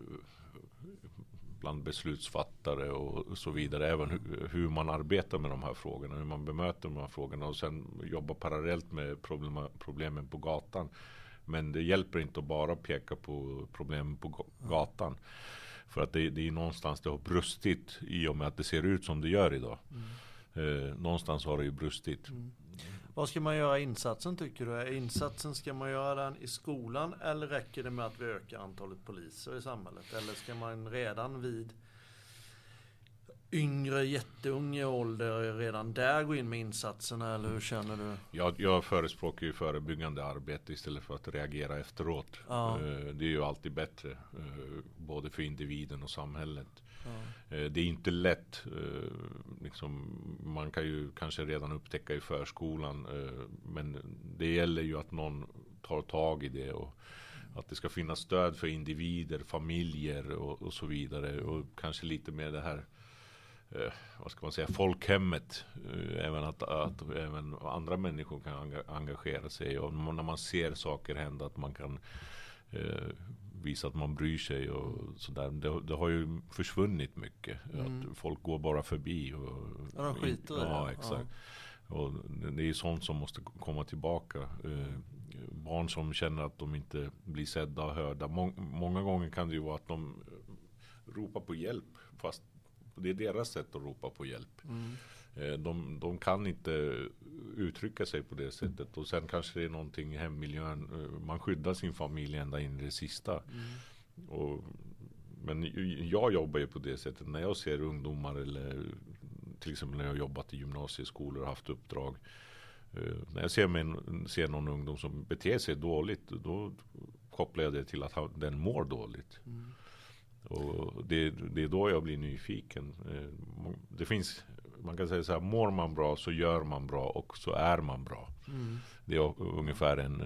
bland beslutsfattare och så vidare, även hur, hur man arbetar med de här frågorna, hur man bemöter de här frågorna och sen jobba parallellt med problem, problemen på gatan. Men det hjälper inte att bara peka på problemen på gatan, för att det, det är någonstans det har brustit i och med att det ser ut som det gör idag. Mm. Eh, någonstans har det ju brustit. Mm. Vad ska man göra insatsen, tycker du? Insatsen, ska man göra den i skolan eller räcker det med att vi ökar antalet poliser i samhället? Eller ska man redan vid yngre, jätteunga ålder redan där gå in med insatserna, eller hur känner du? Jag, jag förespråkar ju förebyggande arbete istället för att reagera efteråt. Ja. Det är ju alltid bättre, både för individen och samhället. Ja. Det är inte lätt, liksom, man kan ju kanske redan upptäcka i förskolan, men det gäller ju att någon tar tag i det och att det ska finnas stöd för individer, familjer och, och så vidare, och kanske lite mer det här, eh, vad ska man säga, folkhemmet, eh, även att, att även andra människor kan engagera sig, och när man ser saker hända att man kan eh, visa att man bryr sig och sådär. Det, det har ju försvunnit mycket. Mm. Att folk går bara förbi. Och, ja, de skiter i det. Ja, exakt. Ja. Och det är ju sånt som måste komma tillbaka. Eh, barn som känner att de inte blir sedda och hörda. Må, många gånger kan det ju vara att de ropar på hjälp, fast det är deras sätt att ropa på hjälp. Mm. Eh, de, de kan inte uttrycka sig på det sättet, och sen kanske det är någonting i hemmiljön. Man skyddar sin familj ända in i det sista. Mm. Och, men jag jobbar ju på det sättet när jag ser ungdomar, eller till exempel när jag har jobbat i gymnasieskolor och haft uppdrag. Uh, när jag ser, mig, ser någon ungdom som beter sig dåligt, då kopplar jag det till att han, den mår dåligt. Mm. Och det, det är då jag blir nyfiken. Uh, det finns man kan säga så här, mår man bra så gör man bra och så är man bra. Mm. Det är ungefär en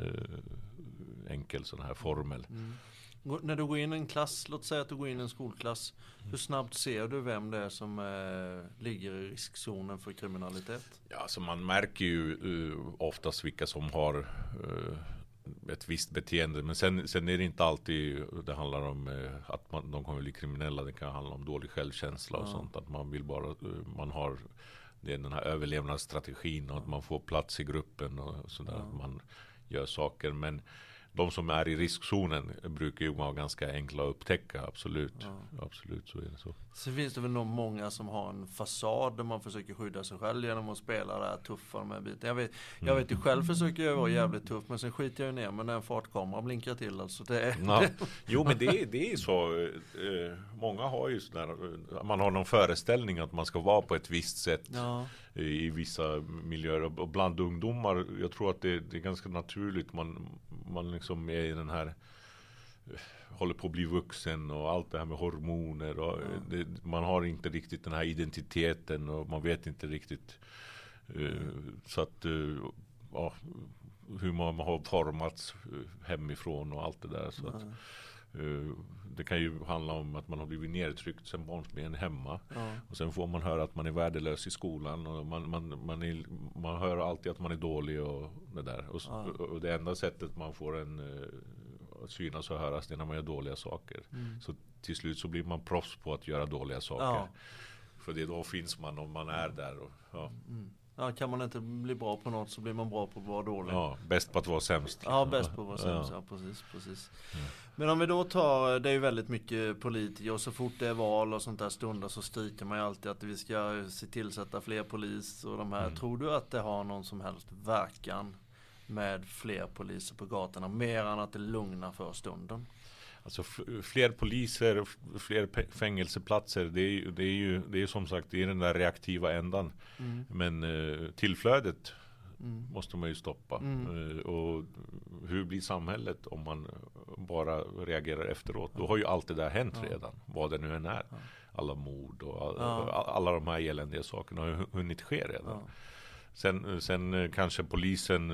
uh, enkel sån här formel. Mm. När du går in i en klass, låt säga att du går in i en skolklass, hur snabbt ser du vem det är som eh, ligger i riskzonen för kriminalitet? Ja, så man märker ju uh, oftast vilka som har uh, ett visst beteende, men sen, sen är det inte alltid det handlar om uh, att man, de kommer bli kriminella. Det kan handla om dålig självkänsla och ja. sånt, att man vill bara, uh, man har det är den här överlevnadsstrategin och att man får plats i gruppen och sådär, ja. att man gör saker, men de som är i riskzonen brukar ju vara ganska enkla att upptäcka, absolut. Ja. Absolut, så är det så. Sen finns det väl nog många som har en fasad där man försöker skydda sig själv genom att spela det här tuffa med biten. Jag vet, jag vet ju själv försöker jag vara jävligt tuff, men sen skiter jag ner, men när en fartkamera blinkar till, alltså det är... Ja. Jo, men det, det är så. Eh, många har ju sådär, man har någon föreställning att man ska vara på ett visst sätt ja. i, i vissa miljöer. Och bland ungdomar, jag tror att det, det är ganska naturligt. Man, man liksom är i den här, håller på att bli vuxen och allt det här med hormoner och mm. det, man har inte riktigt den här identiteten och man vet inte riktigt uh, så att uh, ja, hur man har formats hemifrån och allt det där, så mm. att uh, det kan ju handla om att man har blivit nedtryckt sen barnsben hemma mm. och sen får man höra att man är värdelös i skolan och man, man, man, är, man hör alltid att man är dålig och det där och, mm. och det enda sättet man får en uh, att synas och höras det när man gör dåliga saker. Mm. Så till slut så blir man proffs på att göra dåliga saker. Ja. För det då finns man om man är där. Och, ja. Mm. Ja, kan man inte bli bra på något så blir man bra på att vara dålig. Ja, bäst på att vara sämst. Ja, bäst på att vara sämst. Ja, ja precis, precis. Ja. Men om vi då tar, det är ju väldigt mycket politiker och så fort det är val och sånt där stunder så skriker man ju alltid att vi ska se tillsätta fler polis och de här. Mm. Tror du att det har någon som helst verkan med fler poliser på gatorna, mer än att det lugnar för stunden? Alltså f- fler poliser, fler pe- fängelseplatser, det är, det är ju det är som sagt det är den där reaktiva ändan. Mm. Men eh, tillflödet mm. måste man ju stoppa. Mm. Eh, och hur blir samhället om man bara reagerar efteråt? Då har ju allt det där hänt ja. redan, vad det nu än är. Ja. Alla mord och all, ja. alla de här eländiga sakerna har ju hunnit ske redan. Ja. Sen, sen kanske polisen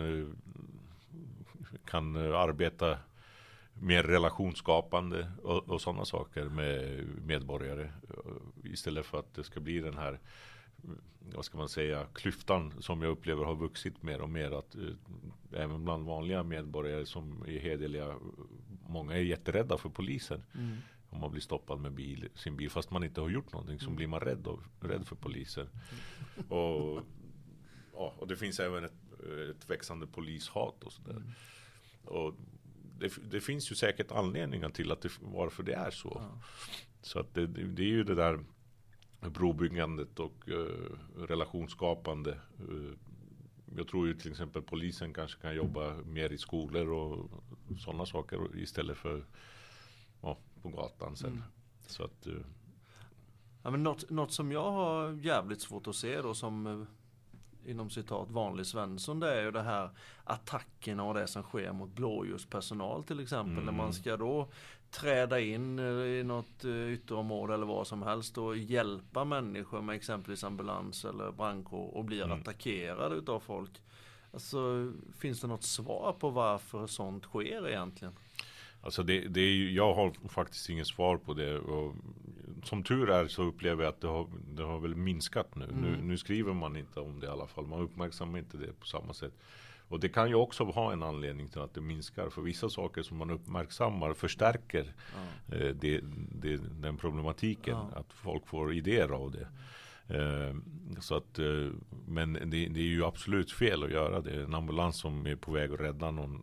kan arbeta mer relationsskapande och, och sådana saker med medborgare istället för att det ska bli den här, vad ska man säga, klyftan som jag upplever har vuxit mer och mer, att äh, även bland vanliga medborgare som är hederliga, många är jätterädda för polisen. Mm. Om man blir stoppad med bil, sin bil fast man inte har gjort någonting, så mm. blir man rädd, och, rädd för polisen. Mm. Och ja, och det finns även ett, ett växande polishat och sådär. Mm. Och det, det finns ju säkert anledningar till att det, varför det är så. Ja. Så att det, det är ju det där brobyggandet och uh, relationsskapande. Uh, jag tror ju till exempel polisen kanske kan jobba mer i skolor och sådana saker istället för ja, på gatan sen. Mm. Så att uh, ja, men något, något som jag har jävligt svårt att se då, som uh, inom citat vanlig Svensson, det är ju det här attackerna och det som sker mot blåljuspersonal till exempel. Mm. När man ska då träda in i något ytterområde eller vad som helst och hjälpa människor med exempelvis ambulans eller brandkår och blir mm. attackerade utav folk. Alltså, finns det något svar på varför sånt sker egentligen? Alltså det, det är ju, jag har faktiskt ingen svar på det, och som tur är så upplever jag att det har, det har väl minskat nu. Mm. nu. Nu skriver man inte om det i alla fall, man uppmärksammar inte det på samma sätt. Och det kan ju också ha en anledning till att det minskar, för vissa saker som man uppmärksammar förstärker ja. eh, det, det, den problematiken, ja. att folk får idéer av det. Eh, så att, eh, men det, det är ju absolut fel att göra det. En ambulans som är på väg att rädda någon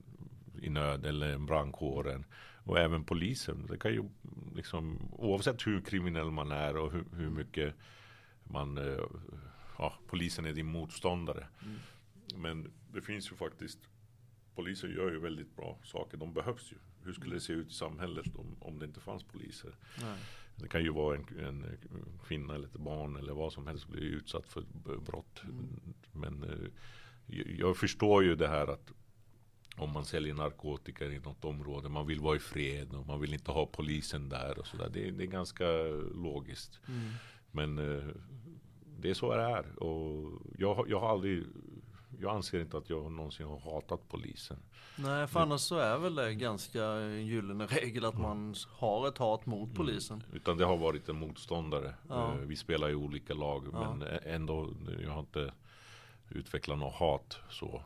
i nöd, eller en brandkåren, och även polisen, det kan ju liksom, oavsett hur kriminell man är och hur, hur mycket man ja, polisen är din motståndare. Mm. Men det finns ju faktiskt, polisen gör ju väldigt bra saker, de behövs ju. Hur skulle det se ut i samhället om, om det inte fanns poliser? Nej. Det kan ju vara en, en kvinna eller ett barn eller vad som helst blir utsatt för brott. Mm. Men jag förstår ju det här att om man säljer narkotika i något område, man vill vara i fred och man vill inte ha polisen där och sådär. Det, det är ganska logiskt. Mm. Men det är så det är. Och jag, jag har aldrig, jag anser inte att jag någonsin har hatat polisen. Nej, för annars så är väl det ganska gyllene regel att man har ett hat mot polisen. Mm. Utan det har varit en motståndare. Ja. Vi spelar i olika lag, Ja. men ändå, jag har inte utvecklat något hat så.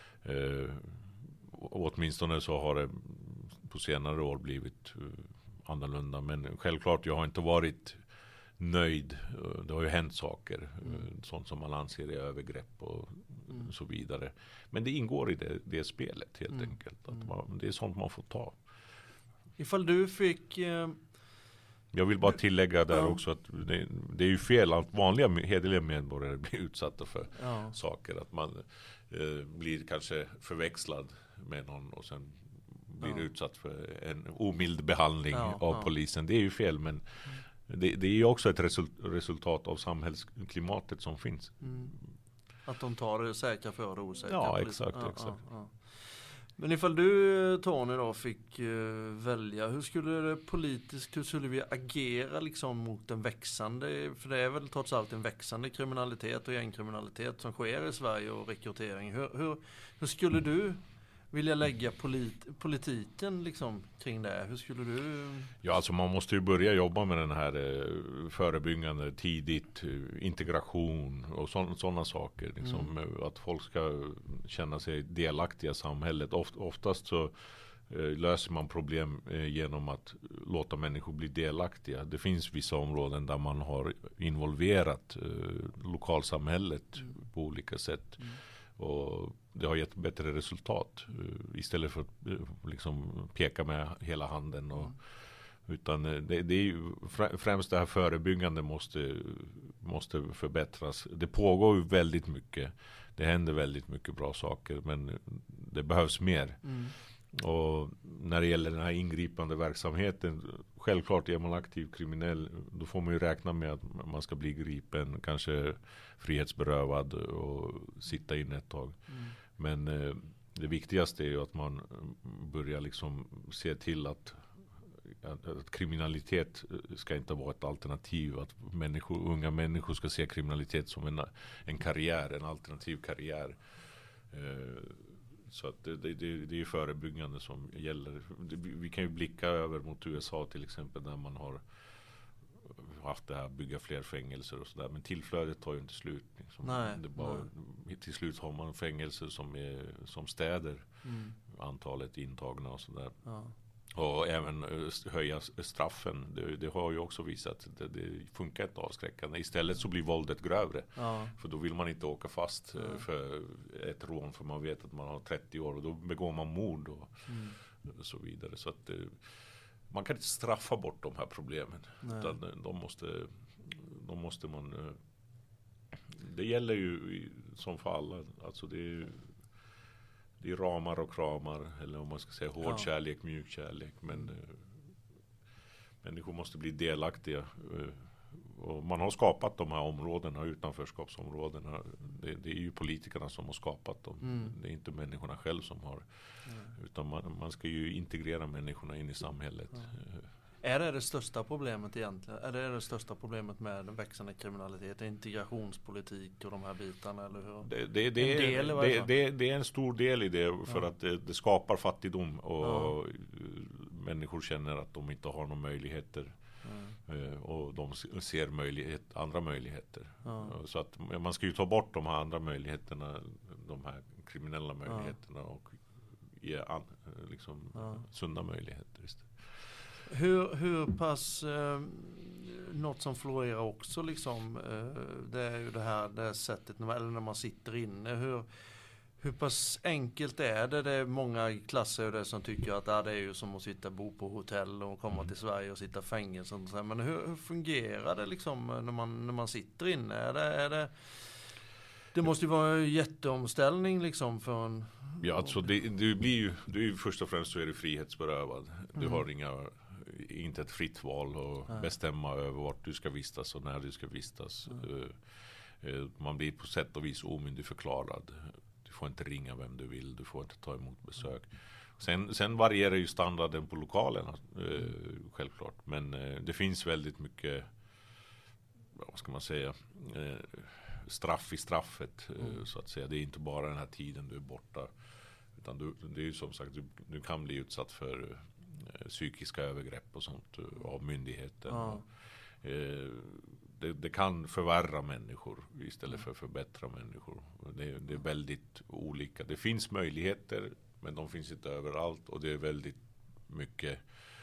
Eh, åtminstone så har det på senare år blivit annorlunda. Men självklart, jag har inte varit nöjd. Det har ju hänt saker. Mm. Sånt som man anser är övergrepp och mm. så vidare. Men det ingår i det, det spelet helt mm. enkelt. Att man, det är sånt man får ta. Ifall du fick... Eh... Jag vill bara tillägga där ja. också att det, det är ju fel att vanliga hederliga medborgare blir utsatta för ja. saker. Att man eh, blir kanske förväxlad med någon och sen blir ja. utsatt för en omild behandling ja, av ja. polisen. Det är ju fel, men mm. det, det är ju också ett resultat av samhällsklimatet som finns. Mm. Att de tar det säkra för det osäkra. Ja, exakt, ja, exakt. Ja, ja. Men ifall du, Tony, då fick uh, välja, hur skulle det politiskt, hur skulle vi agera liksom mot en växande, för det är väl trots allt en växande kriminalitet och gängkriminalitet som sker i Sverige och rekrytering. Hur, hur, hur skulle du vilja lägga polit, politiken liksom kring det? Hur skulle du... Ja, alltså man måste ju börja jobba med den här eh, förebyggande tidigt, eh, integration och sådana saker. Liksom, mm. Att folk ska känna sig delaktiga i samhället. Oft, oftast så eh, löser man problem eh, genom att låta människor bli delaktiga. Det finns vissa områden där man har involverat eh, lokalsamhället mm. på olika sätt. Mm. Och det har gett bättre resultat uh, istället för att uh, liksom peka med hela handen och, mm. utan uh, det, det är ju främst det här förebyggande måste, måste förbättras. Det pågår ju väldigt mycket, det händer väldigt mycket bra saker, men det behövs mer. Mm. Och när det gäller den här ingripande verksamheten, självklart är man aktiv kriminell, då får man ju räkna med att man ska bli gripen, kanske frihetsberövad och sitta inne ett tag. Mm. Men eh, det viktigaste är ju att man börjar liksom se till att, att, att kriminalitet ska inte vara ett alternativ, att människor, unga människor ska se kriminalitet som en, en karriär, en alternativ karriär. Eh, Så att det, det, det är ju förebyggande som gäller. Vi kan ju blicka över mot U S A till exempel, där man har haft det här bygga fler fängelser och sådär. Men tillflödet tar ju inte slut. Liksom. Nej, det bara, nej. Till slut har man fängelser som, är, som städer mm. antalet intagna och sådär. Ja. Och även höja straffen. Det, det har ju också visat att det, det funkar inte avskräckande. Istället så blir våldet grövre. Ja. För då vill man inte åka fast ja. för ett rån, för man vet att man har trettio år och då begår man mord och mm. så vidare. Så att man kan inte straffa bort de här problemen. Nej. Utan de måste, de måste man... Det gäller ju som för alla. Alltså det är ju... Det är ramar och kramar, eller om man ska säga hård ja. kärlek, mjuk kärlek. Men eh, människor måste bli delaktiga. Eh, och man har skapat de här områdena, utanförskapsområdena. Det, det är ju politikerna som har skapat dem. Mm. Det är inte människorna själv som har. Mm. Utan man, man ska ju integrera människorna in i samhället. Ja. Är det det största problemet egentligen? Är det det största problemet med den växande kriminaliteten? Integrationspolitik och de här bitarna, eller hur? Det, det, det, en del, det, det, det är en stor del i det, för ja. att det, det skapar fattigdom och ja. människor känner att de inte har några möjligheter. Mm. Och de ser möjlighet, andra möjligheter. Ja. Så att man ska ju ta bort de här andra möjligheterna, de här kriminella möjligheterna ja. och ge an, liksom, ja. sunda möjligheter istället. Hur, hur pass eh, något som florerar också liksom, eh, det är ju det här det sättet när man, eller när man sitter inne, hur, hur pass enkelt är det? Det är många klasser det som tycker att ah, det är ju som att sitta bo på hotell och komma till Sverige och sitta i fängelse och så. Men hur, hur fungerar det liksom när man, när man sitter inne? Är det, är det Det måste ju vara en jätteomställning liksom för en... Ja, alltså det, det blir ju, du är ju först och främst så är du frihetsberövad. Du mm. har inga, inte ett fritt val och Nej. bestämma över vart du ska vistas och när du ska vistas. Mm. Man blir på sätt och vis omyndigförklarad. Du får inte ringa vem du vill, du får inte ta emot besök. Sen, sen varierar ju standarden på lokalerna, mm. självklart. Men det finns väldigt mycket vad ska man säga, eh, straff i straffet mm. så att säga. Det är inte bara den här tiden du är borta, utan du, det är ju som sagt, du, du kan bli utsatt för eh, psykiska övergrepp och sånt eh, av myndigheten. Ja. Och, eh, det, det kan förvärra människor istället för att förbättra människor. Det, det är väldigt olika. Det finns möjligheter, men de finns inte överallt, och det är väldigt mycket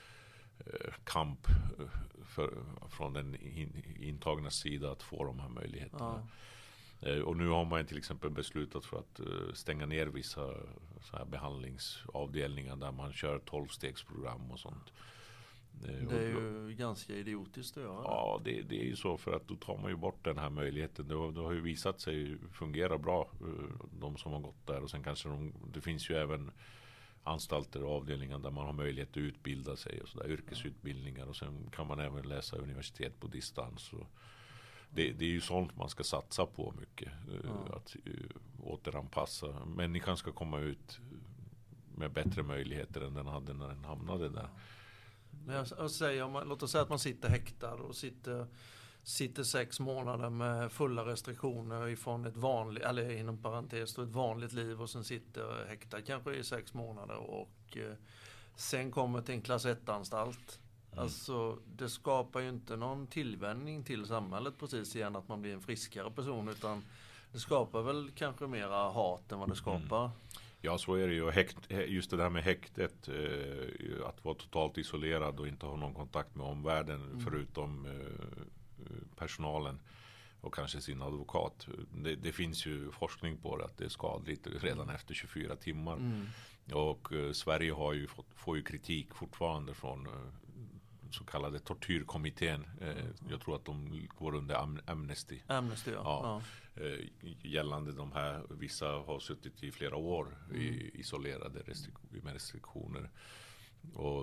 eh, kamp för, från den in, intagna sida att få de här möjligheterna. Ja. Eh, och nu har man till exempel beslutat för att eh, stänga ner vissa så här behandlingsavdelningar där man kör tolvstegsprogram och sånt. Eh, det är ju ganska idiotiskt att göra. Ja, det, det är ju så, för att då tar man ju bort den här möjligheten. Det har, det har ju visat sig fungera bra, de som har gått där. Och sen kanske de, det finns ju även anstalter och avdelningar där man har möjlighet att utbilda sig och sådär, yrkesutbildningar, och sen kan man även läsa universitet på distans. Och det, det är ju sånt man ska satsa på mycket, ja. Att uh, återanpassa. Människan ska komma ut med bättre möjligheter än den hade när den hamnade där. Men jag, jag säger, om man, låt oss säga att man sitter häktad och sitter, sitter sex månader med fulla restriktioner ifrån ett vanligt, eller inom parentes då, ett vanligt liv, och sen sitter häktad kanske i sex månader och eh, sen kommer till en klass ett-anstalt. Mm. Alltså det skapar ju inte någon tillvänjning till samhället precis igen, att man blir en friskare person, utan det skapar väl kanske mera hat än vad det skapar. Mm. Ja, så är det ju. Häkt, just det där med häktet, eh, att vara totalt isolerad och inte ha någon kontakt med omvärlden mm. förutom eh, personalen och kanske sin advokat. Det, det finns ju forskning på det, att det är skadligt redan mm. efter tjugofyra timmar. Mm. Och eh, Sverige har ju fått, får ju kritik fortfarande från eh, så kallade tortyrkommittén. Eh, jag tror att de går under am- Amnesty. Amnesty, ja. ja. Eh, gällande de här, vissa har suttit i flera år mm. i isolerade restrik- med restriktioner. Och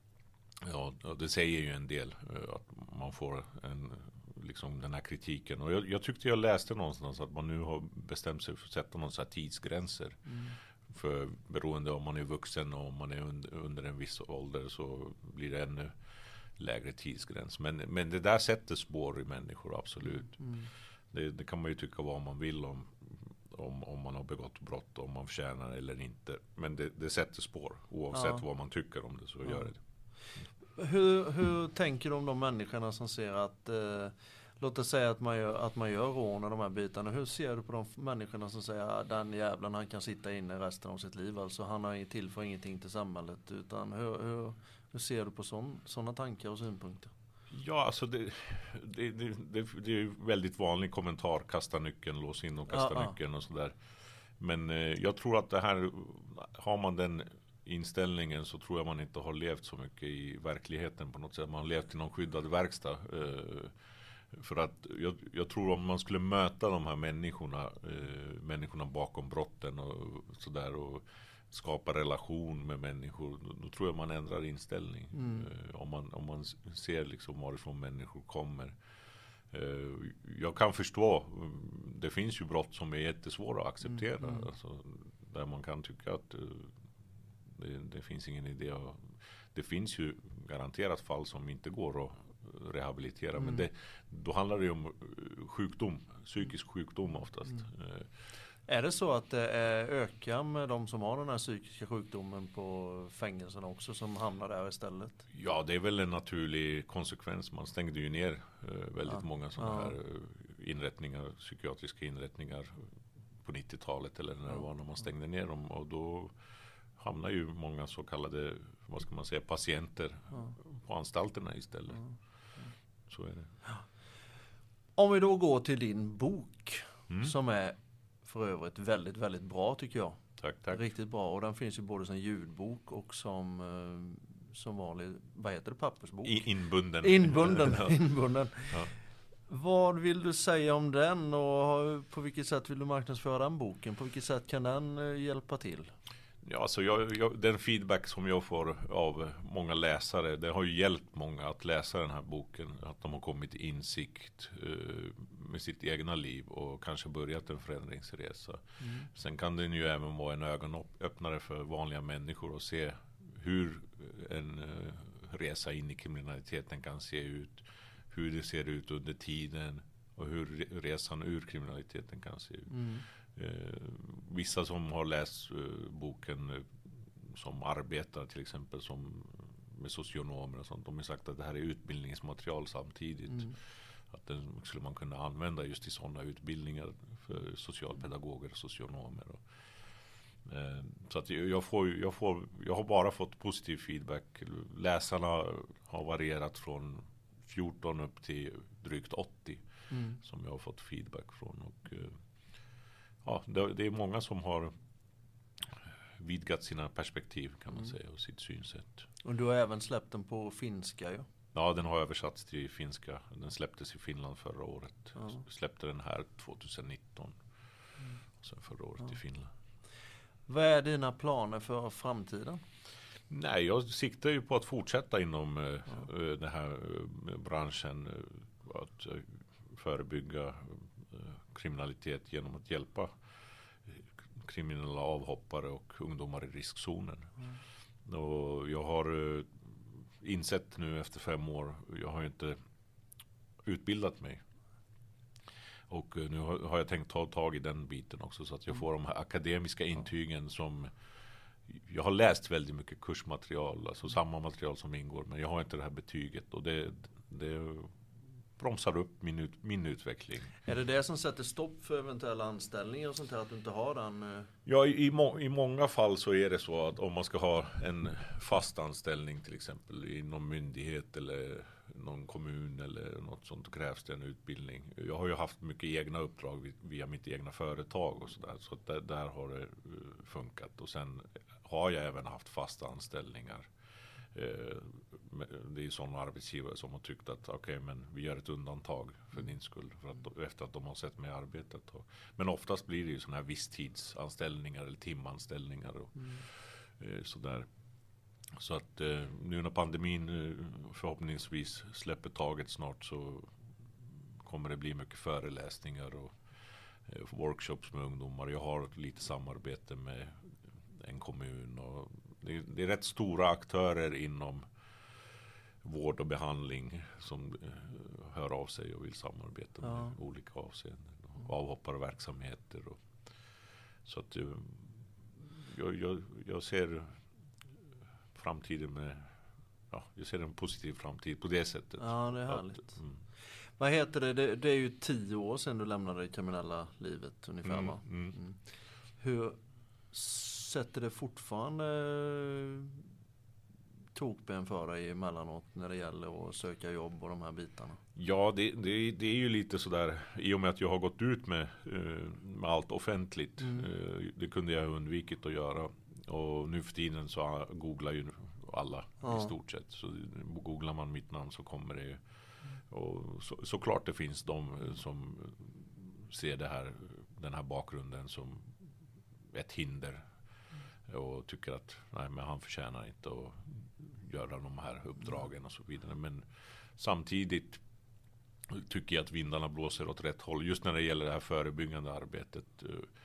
ja, det säger ju en del eh, att man får en, liksom den här kritiken. Och jag, jag tyckte jag läste någonstans att man nu har bestämt sig för att sätta någon så här tidsgränser. Mm. För beroende om man är vuxen och om man är under, under en viss ålder, så blir det ännu lägre tidsgräns. Men, men det där sätter spår i människor, absolut. Mm. Det, det kan man ju tycka vad man vill om, om, om man har begått brott, om man förtjänar eller inte. Men det, det sätter spår, oavsett ja. vad man tycker om det, så ja. gör det. Mm. Hur, hur tänker du om de människorna som ser att eh, låt oss säga att man gör, att man gör rån och de här bitarna. Hur ser du på de människorna som säger att den jävlen, han kan sitta inne resten av sitt liv, alltså han har till för ingenting till samhället, utan hur, hur, hur ser du på sådana tankar och synpunkter? Ja, alltså det, det, det, det, det är ju väldigt vanlig kommentar, kasta nyckeln, lås in och kasta ja, nyckeln och sådär. Men eh, jag tror att det här, har man den inställningen, så tror jag man inte har levt så mycket i verkligheten på något sätt. Man har levt i någon skyddad verkstad. Eh, för att jag, jag tror om man skulle möta de här människorna, eh, människorna bakom brotten och sådär, och skapa relation med människor, då, då tror jag man ändrar inställning. Mm. Eh, om, man, om man ser liksom varifrån människor kommer. Eh, jag kan förstå, det finns ju brott som är jättesvåra att acceptera. Mm. Mm. Alltså, där man kan tycka att eh, det, det finns ingen idé. Och det finns ju garanterat fall som inte går att rehabilitera. Mm. Men det, då handlar det ju om sjukdom, psykisk sjukdom oftast. Mm. Är det så att det ökar med de som har den här psykiska sjukdomen på fängelserna också, som hamnar där istället? Ja, det är väl en naturlig konsekvens. Man stängde ju ner väldigt ja. många sådana ja. här inrättningar, psykiatriska inrättningar på nittiotalet eller när det var, när man stängde ner dem. Och då hamnar ju många så kallade, vad ska man säga, patienter ja. på anstalterna istället. Ja. Ja. Så är det. Ja. Om vi då går till din bok, mm. som är för övrigt väldigt, väldigt bra tycker jag. Tack, tack. Riktigt bra. Och den finns ju både som ljudbok och som, som vanlig, vad heter det, pappersbok? I, inbunden. Inbunden. ja. inbunden. Ja. Vad vill du säga om den, och på vilket sätt vill du marknadsföra den boken? På vilket sätt kan den hjälpa till? Ja, alltså jag, jag, den feedback som jag får av många läsare, det har ju hjälpt många att läsa den här boken, att de har kommit till insikt uh, med sitt egna liv och kanske börjat en förändringsresa. Mm. Sen kan den ju även vara en ögonöppnare för vanliga människor och se hur en uh, resa in i kriminaliteten kan se ut, hur det ser ut under tiden och hur resan ur kriminaliteten kan se ut. Mm. Eh, vissa som har läst eh, boken eh, som arbetar till exempel som med socionomer och sånt, de har sagt att det här är utbildningsmaterial samtidigt. Mm. Att den skulle man kunna använda just i sådana utbildningar för socialpedagoger och socionomer. Och, eh, så att jag, får, jag, får, jag har bara fått positiv feedback. Läsarna har varierat från fjorton upp till drygt åttio mm. som jag har fått feedback från. Och, eh, ja, det, det är många som har vidgat sina perspektiv kan man mm. säga och sitt synsätt. Och du har även släppt den på finska ju? Ja? Ja, den har översatts till finska. Den släpptes i Finland förra året. Ja. Släppte den här tjugonitton. Mm. Och sen förra året ja. i Finland. Vad är dina planer för framtiden? Nej, jag siktar ju på att fortsätta inom ja. uh, den här uh, branschen. Uh, att uh, förebygga uh, kriminalitet genom att hjälpa uh, kriminella avhoppare och ungdomar i riskzonen. Mm. Och jag har uh, insett nu efter fem år, jag har inte utbildat mig. Och nu har jag tänkt ta tag i den biten också så att jag får de här akademiska intygen som jag har läst väldigt mycket kursmaterial, alltså samma material som ingår, men jag har inte det här betyget och det, det bromsar upp min, ut, min utveckling. Är det det som sätter stopp för eventuella anställningar och sånt här, att du inte har den? Ja, i, i, må, i många fall så är det så att om man ska ha en fast anställning till exempel i någon myndighet eller någon kommun eller något sånt, krävs det en utbildning. Jag har ju haft mycket egna uppdrag via mitt egna företag och sådär, så där, där har det funkat. Och sen har jag även haft fasta anställningar. Det är sådana arbetsgivare som har tyckt att okej, okay, men vi gör ett undantag för din skull för att, efter att de har sett mig arbetet. Men oftast blir det ju sådana här visstidsanställningar eller timanställningar och mm. sådär. Så att nu när pandemin förhoppningsvis släpper taget snart så kommer det bli mycket föreläsningar och workshops med ungdomar. Jag har lite samarbete med en kommun och det är, det är rätt stora aktörer inom vård och behandling som hör av sig och vill samarbeta ja. med olika avseenden och avhopparverksamheter. Och, så att jag, jag, jag ser framtiden med, ja, jag ser en positiv framtid på det sättet. Ja, det är härligt. Att, mm. Vad heter det? det? Det är ju tio år sedan du lämnade det kriminella livet ungefär mm, va? Mm. Mm. Hur sätter det fortfarande tokben för dig emellanåt när det gäller att söka jobb och de här bitarna? Ja, det, det, det är ju lite sådär, i och med att jag har gått ut med, med allt offentligt. Mm. Det kunde jag ha undvikit att göra. Och nu för tiden så googlar ju alla ja. i stort sett. Så googlar man mitt namn så kommer det ju. Och så, såklart det finns de som ser det här, den här bakgrunden som ett hinder. Och tycker att nej, men han förtjänar inte att göra de här uppdragen och så vidare. Men samtidigt tycker jag att vindarna blåser åt rätt håll. Just när det gäller det här förebyggande arbetet.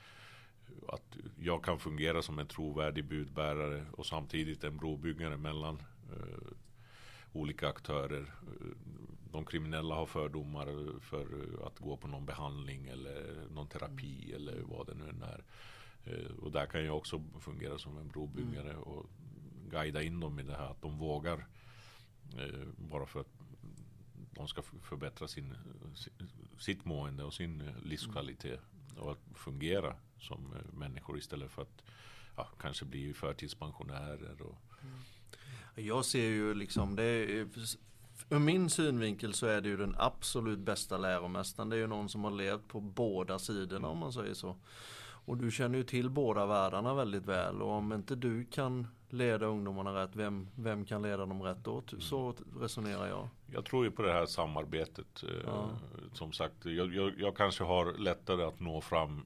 Att jag kan fungera som en trovärdig budbärare och samtidigt en brobyggare mellan uh, olika aktörer. De kriminella har fördomar för att gå på någon behandling eller någon terapi mm. eller vad det nu är. Uh, och där kan jag också fungera som en brobyggare mm. och guida in dem i det här att de vågar uh, bara för att de ska förbättra sin, sitt mående och sin livskvalitet mm. och att fungera som människor istället för att ja, kanske bli förtidspensionärer. Och... Mm. Jag ser ju liksom, det är, ur min synvinkel så är det ju den absolut bästa läromästaren. Det är ju någon som har levt på båda sidorna om man säger så. Och du känner ju till båda världarna väldigt väl. Och om inte du kan leda ungdomarna rätt, vem, vem kan leda dem rätt då? Så resonerar jag. Jag tror ju på det här samarbetet. Ja. Som sagt, jag, jag, jag kanske har lättare att nå fram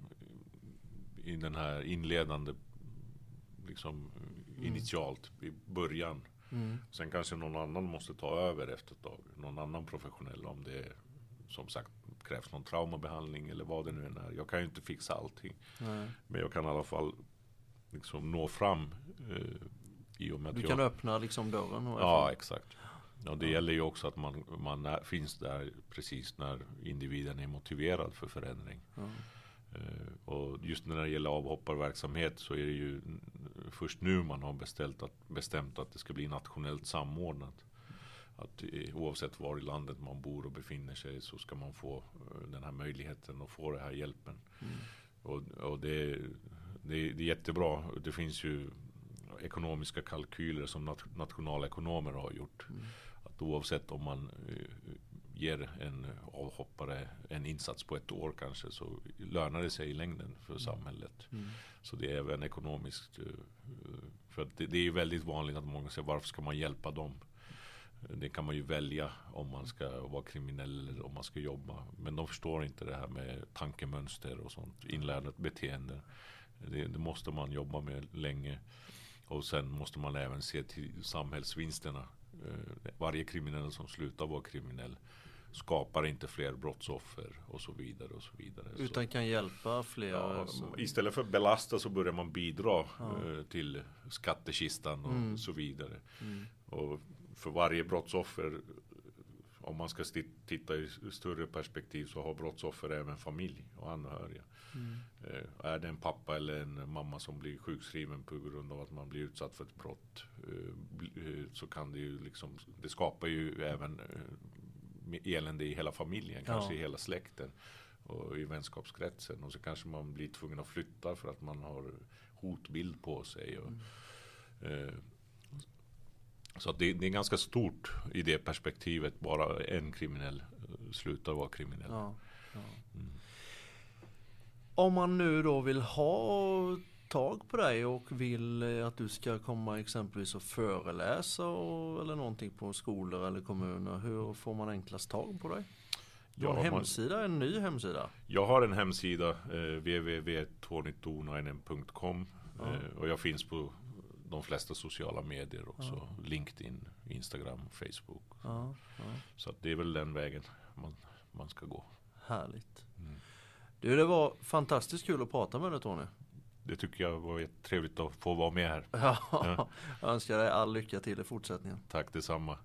i den här inledande liksom mm. initialt i början. Mm. Sen kanske någon annan måste ta över efter ett tag. Någon annan professionell om det som sagt krävs någon traumabehandling eller vad det nu är. Jag kan ju inte fixa allting. Nej. Men jag kan i alla fall liksom nå fram eh, i och med att du jag... kan öppna liksom dörren. Och ja, exakt. Ja, det gäller ju också att man, man är, finns där precis när individen är motiverad för förändring. Ja. Uh, och just när det gäller avhopparverksamhet så är det ju först nu man har beställt att, bestämt att det ska bli nationellt samordnat. Att uh, oavsett var i landet man bor och befinner sig så ska man få uh, den här möjligheten och få den här hjälpen. Mm. Och, och det, det, det är jättebra. Det finns ju ekonomiska kalkyler som nat- nationalekonomer har gjort. Mm. Att oavsett om man uh, ger en avhoppare en insats på ett år kanske så lönar det sig i längden för mm. samhället. Mm. Så det är även ekonomiskt. Uh, för att det, det är ju väldigt vanligt att många säger varför ska man hjälpa dem? Det kan man ju välja om man ska vara kriminell eller om man ska jobba. Men de förstår inte det här med tankemönster och sånt. Inlärt beteende. Det, det måste man jobba med länge. Och sen måste man även se till samhällsvinsterna. Varje kriminell som slutar vara kriminell skapar inte fler brottsoffer och så vidare och så vidare. Utan så, kan hjälpa fler. Ja, istället för att belasta så börjar man bidra ja. till skattekistan och mm. så vidare. Mm. Och för varje brottsoffer, om man ska st- titta i större perspektiv, så har brottsoffer även familj och anhöriga. Mm. Eh, är det en pappa eller en mamma som blir sjukskriven på grund av att man blir utsatt för ett brott, eh, så kan det ju liksom, det skapar ju även eh, elände i hela familjen, kanske ja. i hela släkten och i vänskapskretsen. Och så kanske man blir tvungen att flytta för att man har hotbild på sig. Och, mm. eh, Så det, det är ganska stort i det perspektivet. Bara en kriminell slutar vara kriminell. Ja, ja. Mm. Om man nu då vill ha tag på dig och vill att du ska komma exempelvis och föreläsa och, eller någonting på skolor eller kommuner, hur får man enklast tag på dig? Du har en hemsida, man, en ny hemsida. Jag har en hemsida, eh, w w w punkt tornitonainen punkt com ja. eh, och jag finns på de flesta sociala medier också. Ja. LinkedIn, Instagram, Facebook. Ja, ja. Så att det är väl den vägen man, man ska gå. Härligt. Mm. Du, det var fantastiskt kul att prata med dig, Tony. Det tycker jag var trevligt att få vara med här. Ja, ja. Jag önskar dig all lycka till i fortsättningen. Tack detsamma.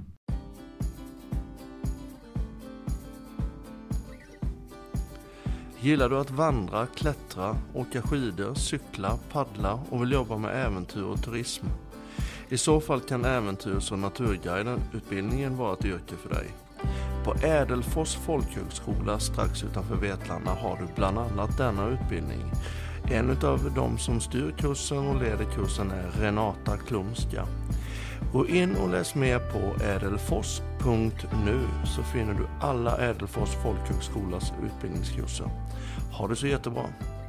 Gillar du att vandra, klättra, åka skidor, cykla, paddla och vill jobba med äventyr och turism? I så fall kan äventyrs- och naturguiden-utbildningen vara ett yrke för dig. På Ädelfors folkhögskola strax utanför Vetlanda har du bland annat denna utbildning. En av de som styr kursen och leder kursen är Renata Klumska. Gå in och läs mer på ädelfors punkt nu så finner du alla Ädelfors folkhögskolas utbildningskurser. Ha det så jättebra!